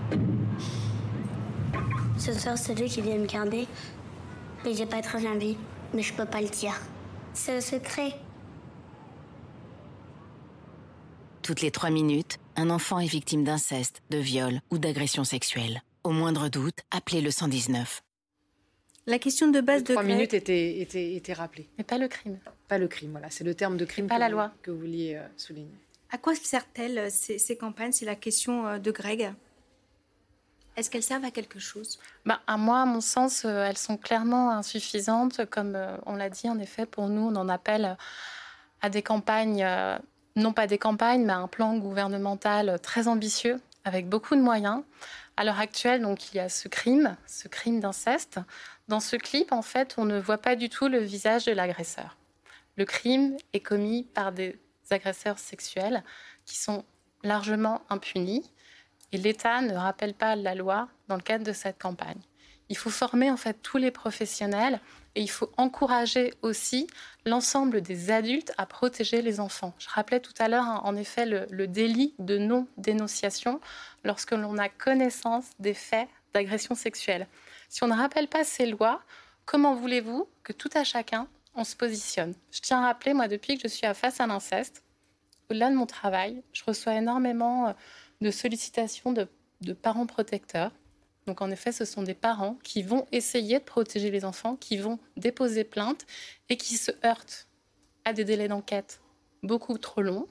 Ce soir, c'est lui qui vient me garder. Mais j'ai pas très envie. Mais je peux pas le dire. C'est un secret. Toutes les 3 minutes, un enfant est victime d'inceste, de viol ou d'agression sexuelle. Au moindre doute, appelez le 119. La question de base de 3 minutes était rappelée. Mais pas le crime. Pas le crime, voilà. C'est le terme de crime pas la loi que vous vouliez souligner. À quoi servent-elles ces campagnes? C'est la question de Greg. Est-ce qu'elles servent à quelque chose? À moi, à mon sens, elles sont clairement insuffisantes. Comme on l'a dit, en effet, pour nous, on en appelle à des campagnes, non pas des campagnes, mais à un plan gouvernemental très ambitieux, avec beaucoup de moyens. À l'heure actuelle, donc, il y a ce crime d'inceste. Dans ce clip, en fait, on ne voit pas du tout le visage de l'agresseur. Le crime est commis par des agresseurs sexuels qui sont largement impunis et l'État ne rappelle pas la loi dans le cadre de cette campagne. Il faut former en fait tous les professionnels et il faut encourager aussi l'ensemble des adultes à protéger les enfants. Je rappelais tout à l'heure en effet le délit de non-dénonciation lorsque l'on a connaissance des faits d'agression sexuelle. Si on ne rappelle pas ces lois, comment voulez-vous que tout à chacun on se positionne? Je tiens à rappeler, moi, depuis que je suis face à l'inceste, au-delà de mon travail, je reçois énormément de sollicitations de parents protecteurs. Donc, en effet, ce sont des parents qui vont essayer de protéger les enfants, qui vont déposer plainte et qui se heurtent à des délais d'enquête beaucoup trop longs,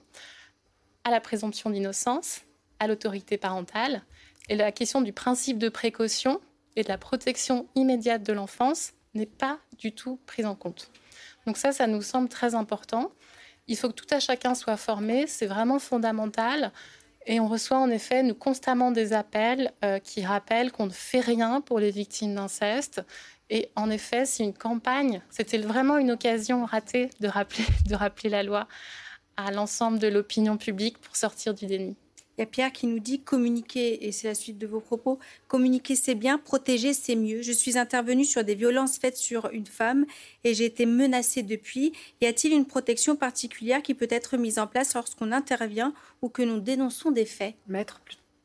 à la présomption d'innocence, à l'autorité parentale. Et la question du principe de précaution et de la protection immédiate de l'enfance n'est pas du tout prise en compte. Donc ça nous semble très important. Il faut que tout à chacun soit formé, c'est vraiment fondamental. Et on reçoit en effet, nous, constamment des appels qui rappellent qu'on ne fait rien pour les victimes d'inceste. Et en effet, c'est une campagne, c'était vraiment une occasion ratée de rappeler la loi à l'ensemble de l'opinion publique pour sortir du déni. Il y a Pierre qui nous dit communiquer, et c'est la suite de vos propos, communiquer c'est bien, protéger c'est mieux. Je suis intervenue sur des violences faites sur une femme et j'ai été menacée depuis. Y a-t-il une protection particulière qui peut être mise en place lorsqu'on intervient ou que nous dénonçons des faits? Maître.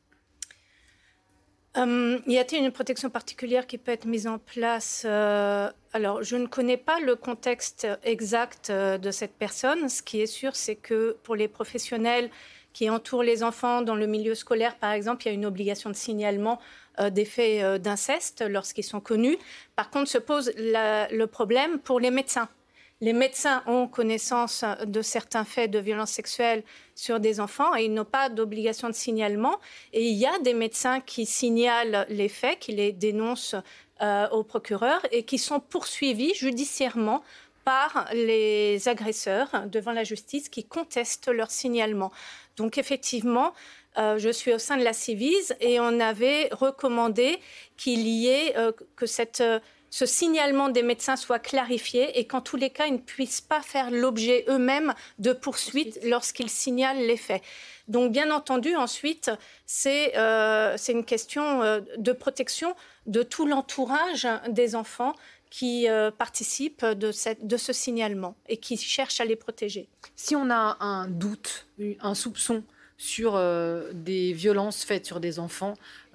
Y a-t-il une protection particulière qui peut être mise en place? Alors, je ne connais pas le contexte exact de cette personne. Ce qui est sûr, c'est que pour les professionnels qui entourent les enfants dans le milieu scolaire, par exemple, il y a une obligation de signalement des faits d'inceste lorsqu'ils sont connus. Par contre, se pose le problème pour les médecins. Les médecins ont connaissance de certains faits de violences sexuelles sur des enfants et ils n'ont pas d'obligation de signalement. Et il y a des médecins qui signalent les faits, qui les dénoncent au procureur et qui sont poursuivis judiciairement par les agresseurs devant la justice qui contestent leur signalement. Donc effectivement, je suis au sein de la Civise et on avait recommandé qu'il y ait que ce signalement des médecins soit clarifié et qu'en tous les cas, ils ne puissent pas faire l'objet eux-mêmes de poursuites lorsqu'ils signalent les faits. Donc bien entendu, ensuite, c'est une question de protection de tout l'entourage des enfants qui participent de ce signalement et qui cherchent à les protéger. Si on a un doute, un soupçon sur des violences faites sur des enfants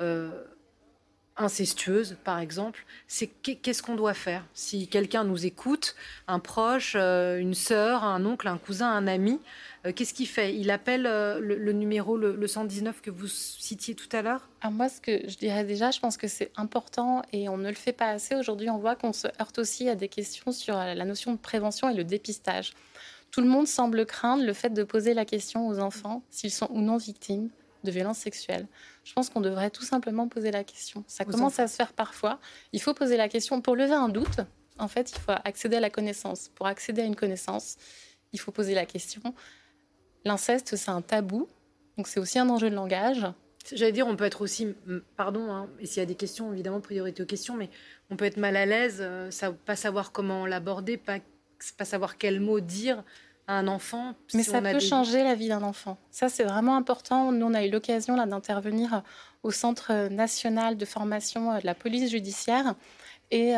incestueuses, par exemple, qu'est-ce qu'on doit faire? Si quelqu'un nous écoute, un proche, une sœur, un oncle, un cousin, un ami, qu'est-ce qu'il fait? Il appelle le numéro, le 119 que vous citiez tout à l'heure? Alors moi, ce que je dirais déjà, je pense que c'est important et on ne le fait pas assez. Aujourd'hui, on voit qu'on se heurte aussi à des questions sur la notion de prévention et le dépistage. Tout le monde semble craindre le fait de poser la question aux enfants s'ils sont ou non victimes de violences sexuelles. Je pense qu'on devrait tout simplement poser la question. Ça commence à se faire parfois. Il faut poser la question. Pour lever un doute, en fait, il faut accéder à la connaissance. Pour accéder à une connaissance, il faut poser la question. L'inceste, c'est un tabou, donc c'est aussi un enjeu de langage. J'allais dire, on peut être aussi, pardon, et s'il y a des questions, évidemment, priorité aux questions, mais on peut être mal à l'aise, pas savoir comment l'aborder, pas savoir quel mot dire à un enfant. Mais ça peut changer la vie d'un enfant. Ça, c'est vraiment important. Nous, on a eu l'occasion là, d'intervenir au Centre national de formation de la police judiciaire. Et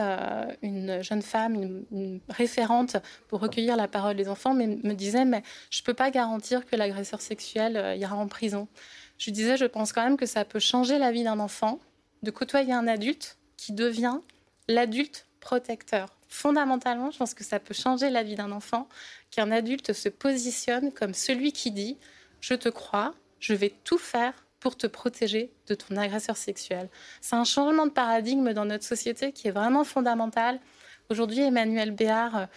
une jeune femme, une référente pour recueillir la parole des enfants, me disait « mais je ne peux pas garantir que l'agresseur sexuel ira en prison ». Je lui disais « je pense quand même que ça peut changer la vie d'un enfant de côtoyer un adulte qui devient l'adulte protecteur ». Fondamentalement, je pense que ça peut changer la vie d'un enfant qu'un adulte se positionne comme celui qui dit « je te crois, je vais tout faire pour te protéger de ton agresseur sexuel ». C'est un changement de paradigme dans notre société qui est vraiment fondamental. Aujourd'hui, Emmanuel Béard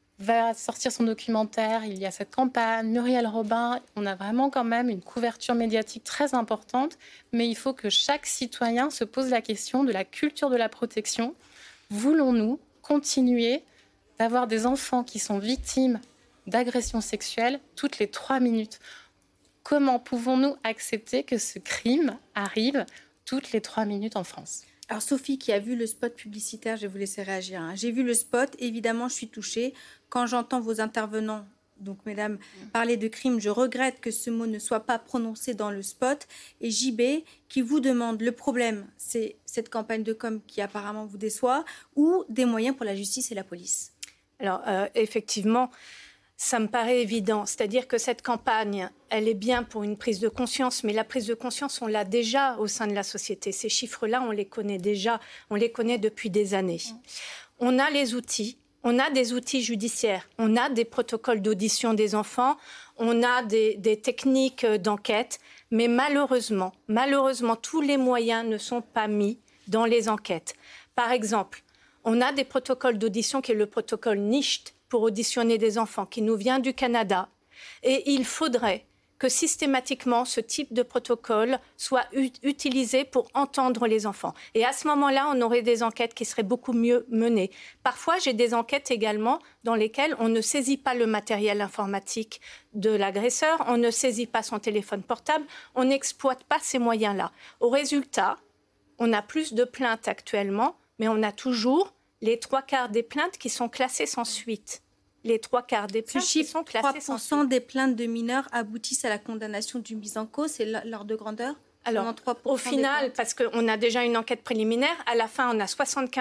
va sortir son documentaire. Il y a cette campagne, Muriel Robin. On a vraiment quand même une couverture médiatique très importante. Mais il faut que chaque citoyen se pose la question de la culture de la protection. Voulons-nous continuer d'avoir des enfants qui sont victimes d'agressions sexuelles toutes les 3 minutes? Comment pouvons-nous accepter que ce crime arrive toutes les 3 minutes en France? Alors Sophie, qui a vu le spot publicitaire, je vais vous laisser réagir. J'ai vu le spot, évidemment, je suis touchée. Quand j'entends vos intervenants, donc mesdames, parler de crime, je regrette que ce mot ne soit pas prononcé dans le spot. Et JB, qui vous demande, le problème, c'est cette campagne de com qui apparemment vous déçoit, ou des moyens pour la justice et la police? Alors, effectivement, ça me paraît évident. C'est-à-dire que cette campagne, elle est bien pour une prise de conscience, mais la prise de conscience, on l'a déjà au sein de la société. Ces chiffres-là, on les connaît déjà, on les connaît depuis des années. On a les outils, on a des outils judiciaires, on a des protocoles d'audition des enfants, on a des techniques d'enquête, mais malheureusement, tous les moyens ne sont pas mis dans les enquêtes. Par exemple, on a des protocoles d'audition qui est le protocole NICHT, pour auditionner des enfants, qui nous vient du Canada. Et il faudrait que systématiquement, ce type de protocole soit utilisé pour entendre les enfants. Et à ce moment-là, on aurait des enquêtes qui seraient beaucoup mieux menées. Parfois, j'ai des enquêtes également dans lesquelles on ne saisit pas le matériel informatique de l'agresseur, on ne saisit pas son téléphone portable, on n'exploite pas ces moyens-là. Au résultat, on a plus de plaintes actuellement, mais on a toujours les 3/4 des plaintes qui sont classées sans suite. Les 3/4 des plaintes qui sont classées sans suite. 3% des plaintes de mineurs aboutissent à la condamnation d'une mise en cause, c'est l'ordre de grandeur? Alors, au final, parce qu'on a déjà une enquête préliminaire, à la fin, on a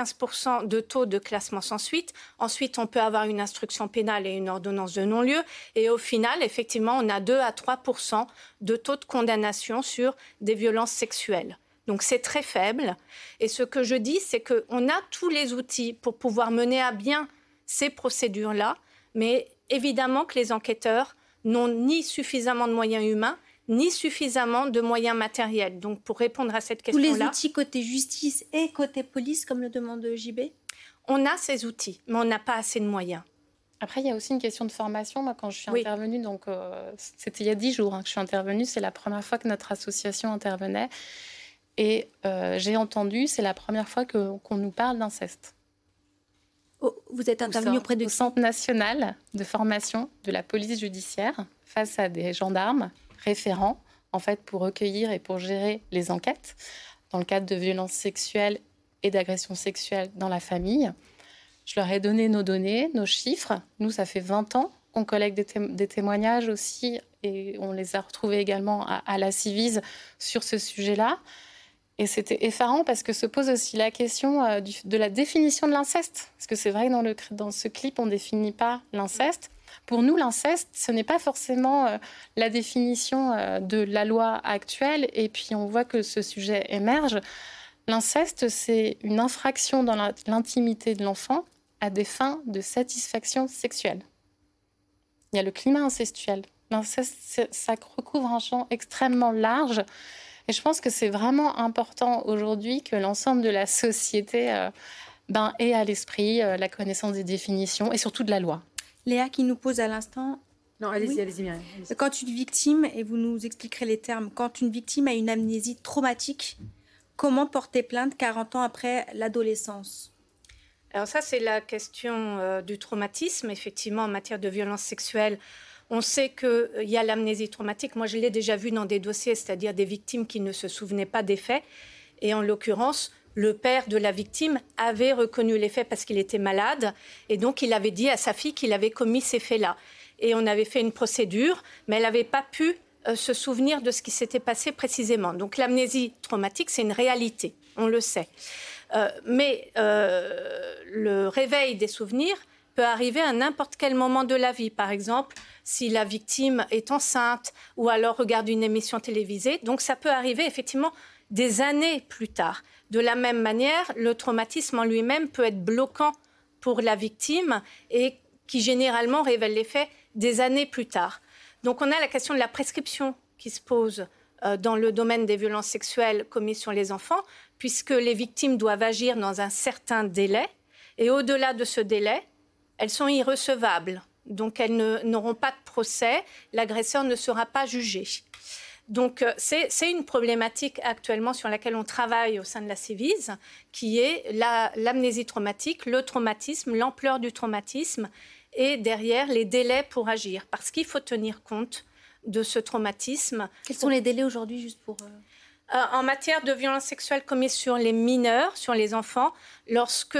75% de taux de classement sans suite. Ensuite, on peut avoir une instruction pénale et une ordonnance de non-lieu. Et au final, effectivement, on a 2 à 3% de taux de condamnation sur des violences sexuelles. Donc, c'est très faible. Et ce que je dis, c'est qu'on a tous les outils pour pouvoir mener à bien ces procédures-là. Mais évidemment que les enquêteurs n'ont ni suffisamment de moyens humains, ni suffisamment de moyens matériels. Donc, pour répondre à cette question-là... Tous les outils côté justice et côté police, comme le demande JB? On a ces outils, mais on n'a pas assez de moyens. Après, il y a aussi une question de formation. Moi, quand je suis intervenue, donc, c'était il y a 10 jours que je suis intervenue, c'est la première fois que notre association intervenait. Et j'ai entendu, c'est la première fois qu'on nous parle d'inceste. Oh, vous êtes intervenu auprès de... Au Centre national de formation de la police judiciaire, face à des gendarmes référents, en fait, pour recueillir et pour gérer les enquêtes dans le cadre de violences sexuelles et d'agressions sexuelles dans la famille. Je leur ai donné nos données, nos chiffres. Nous, ça fait 20 ans qu'on collecte des témoignages aussi, et on les a retrouvés également à la Civise sur ce sujet-là. Et c'était effarant parce que se pose aussi la question de la définition de l'inceste. Parce que c'est vrai que dans ce clip, on ne définit pas l'inceste. Pour nous, l'inceste, ce n'est pas forcément la définition de la loi actuelle. Et puis, on voit que ce sujet émerge. L'inceste, c'est une infraction dans l'intimité de l'enfant à des fins de satisfaction sexuelle. Il y a le climat incestuel. L'inceste, ça recouvre un champ extrêmement large. Et je pense que c'est vraiment important aujourd'hui que l'ensemble de la société ait à l'esprit la connaissance des définitions et surtout de la loi. Léa qui nous pose à l'instant... Non, allez-y, Myriam. Quand une victime, et vous nous expliquerez les termes, quand une victime a une amnésie traumatique, comment porter plainte 40 ans après l'adolescence ? Alors ça, c'est la question du traumatisme. Effectivement, en matière de violence sexuelle, on sait qu'il y a l'amnésie traumatique. Moi, je l'ai déjà vu dans des dossiers, c'est-à-dire des victimes qui ne se souvenaient pas des faits. Et en l'occurrence, le père de la victime avait reconnu les faits parce qu'il était malade. Et donc, il avait dit à sa fille qu'il avait commis ces faits-là. Et on avait fait une procédure, mais elle n'avait pas pu se souvenir de ce qui s'était passé précisément. Donc, l'amnésie traumatique, c'est une réalité, on le sait. Mais le réveil des souvenirs peut arriver à n'importe quel moment de la vie. Par exemple, si la victime est enceinte ou alors regarde une émission télévisée. Donc, ça peut arriver effectivement des années plus tard. De la même manière, le traumatisme en lui-même peut être bloquant pour la victime et qui généralement révèle les faits des années plus tard. Donc, on a la question de la prescription qui se pose dans le domaine des violences sexuelles commises sur les enfants, puisque les victimes doivent agir dans un certain délai. Et au-delà de ce délai, elles sont irrecevables. Donc, elles n'auront pas de procès. L'agresseur ne sera pas jugé. Donc, c'est une problématique actuellement sur laquelle on travaille au sein de la Ciivise, qui est l'amnésie traumatique, le traumatisme, l'ampleur du traumatisme et derrière les délais pour agir. Parce qu'il faut tenir compte de ce traumatisme. Quels sont les délais aujourd'hui, juste pour... En matière de violences sexuelles commises sur les mineurs, sur les enfants, lorsque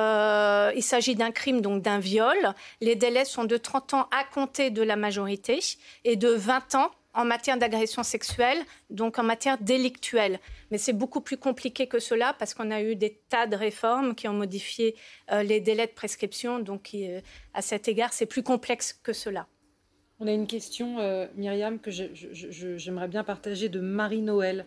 il s'agit d'un crime, donc d'un viol, les délais sont de 30 ans à compter de la majorité et de 20 ans en matière d'agression sexuelle, donc en matière délictuelle. Mais c'est beaucoup plus compliqué que cela parce qu'on a eu des tas de réformes qui ont modifié les délais de prescription. Donc, à cet égard, c'est plus complexe que cela. On a une question, Myriam, que j'aimerais bien partager de Marie-Noël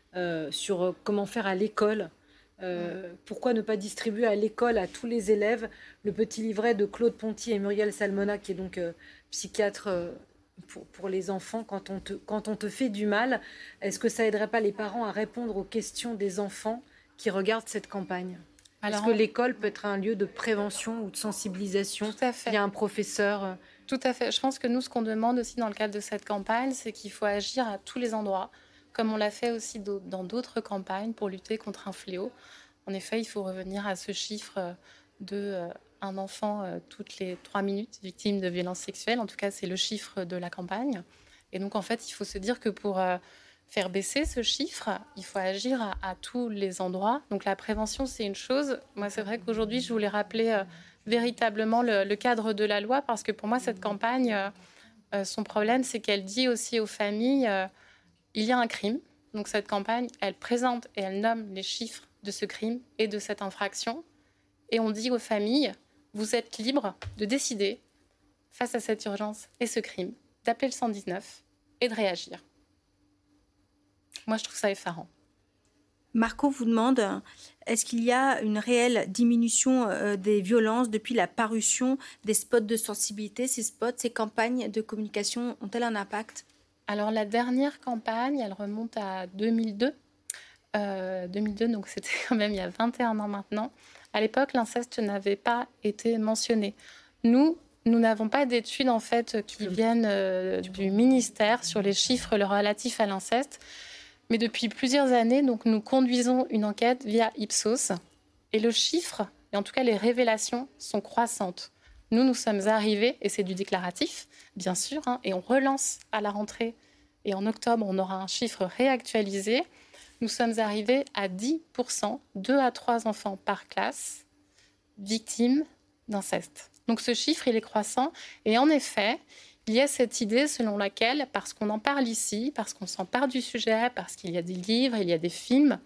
sur comment faire à l'école. Pourquoi ne pas distribuer à l'école, à tous les élèves, le petit livret de Claude Ponty et Muriel Salmona, qui est donc psychiatre pour les enfants, quand on te fait du mal. Est-ce que ça aiderait pas les parents à répondre aux questions des enfants qui regardent cette campagne ? Est-ce que l'école peut être un lieu de prévention ou de sensibilisation ? Tout à fait. Il y a un professeur... Tout à fait. Je pense que nous, ce qu'on demande aussi dans le cadre de cette campagne, c'est qu'il faut agir à tous les endroits, comme on l'a fait aussi dans d'autres campagnes pour lutter contre un fléau. En effet, il faut revenir à ce chiffre de un enfant toutes les 3 minutes victime de violences sexuelles. En tout cas, c'est le chiffre de la campagne. Et donc, en fait, il faut se dire que pour faire baisser ce chiffre, il faut agir à tous les endroits. Donc, la prévention, c'est une chose. Moi, c'est vrai qu'aujourd'hui, je voulais rappeler... véritablement le cadre de la loi, parce que pour moi, cette campagne, son problème, c'est qu'elle dit aussi aux familles, il y a un crime. Donc cette campagne, elle présente et elle nomme les chiffres de ce crime et de cette infraction. Et on dit aux familles, vous êtes libres de décider, face à cette urgence et ce crime, d'appeler le 119 et de réagir. Moi, je trouve ça effarant. Marco vous demande, est-ce qu'il y a une réelle diminution des violences depuis la parution des spots de sensibilité ? Ces spots, ces campagnes de communication ont-elles un impact ? Alors, la dernière campagne, elle remonte à 2002. 2002, donc c'était quand même il y a 21 ans maintenant. À l'époque, l'inceste n'avait pas été mentionné. Nous n'avons pas d'études en fait, qui viennent du ministère sur les chiffres relatifs à l'inceste. Mais depuis plusieurs années, donc, nous conduisons une enquête via Ipsos. Et le chiffre, et en tout cas les révélations, sont croissantes. Nous sommes arrivés, et c'est du déclaratif, bien sûr, et on relance à la rentrée. Et en octobre, on aura un chiffre réactualisé. Nous sommes arrivés à 10%, 2 à 3 enfants par classe, victimes d'inceste. Donc ce chiffre, il est croissant. Et en effet, il y a cette idée selon laquelle, parce qu'on en parle ici, parce qu'on s'empare du sujet, parce qu'il y a des livres, il y a des films,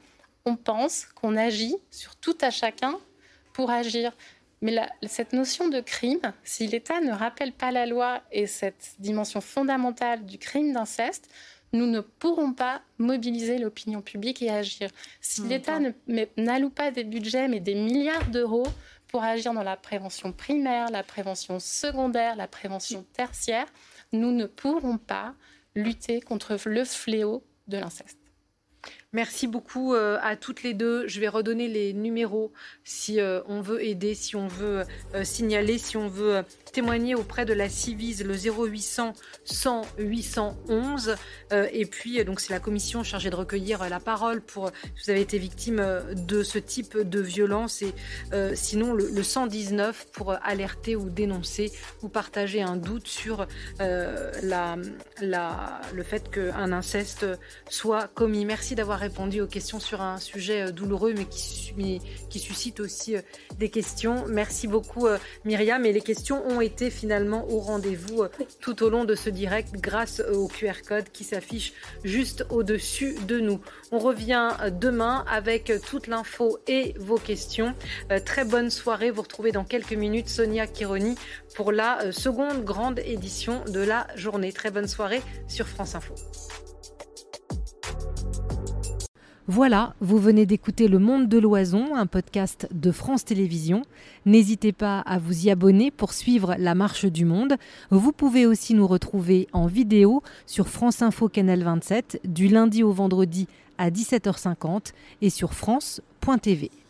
on pense qu'on agit sur tout à chacun pour agir. Mais cette notion de crime, si l'État ne rappelle pas la loi et cette dimension fondamentale du crime d'inceste, nous ne pourrons pas mobiliser l'opinion publique et agir. Si l'État n'alloue pas des budgets, mais des milliards d'euros pour agir dans la prévention primaire, la prévention secondaire, la prévention tertiaire, nous ne pourrons pas lutter contre le fléau de l'inceste. Merci beaucoup à toutes les deux. Je vais redonner les numéros si on veut aider, si on veut signaler, si on veut témoigner auprès de la Civise, le 0800 100 811. Et puis, donc, c'est la commission chargée de recueillir la parole pour si vous avez été victime de ce type de violence. Et sinon, le 119 pour alerter ou dénoncer ou partager un doute sur le fait qu'un inceste soit commis. Merci d'avoir répondu aux questions sur un sujet douloureux mais qui suscite aussi des questions. Merci beaucoup Myriam, et les questions ont été finalement au rendez-vous tout au long de ce direct grâce au QR code qui s'affiche juste au-dessus de nous. On revient demain avec toute l'info et vos questions. Très bonne soirée, vous retrouvez dans quelques minutes Sonia Kironi pour la seconde grande édition de la journée. Très bonne soirée sur France Info. Voilà, vous venez d'écouter Le Monde de l'Oison, un podcast de France Télévisions. N'hésitez pas à vous y abonner pour suivre la marche du monde. Vous pouvez aussi nous retrouver en vidéo sur France Info Canal 27 du lundi au vendredi à 17h50 et sur France.tv.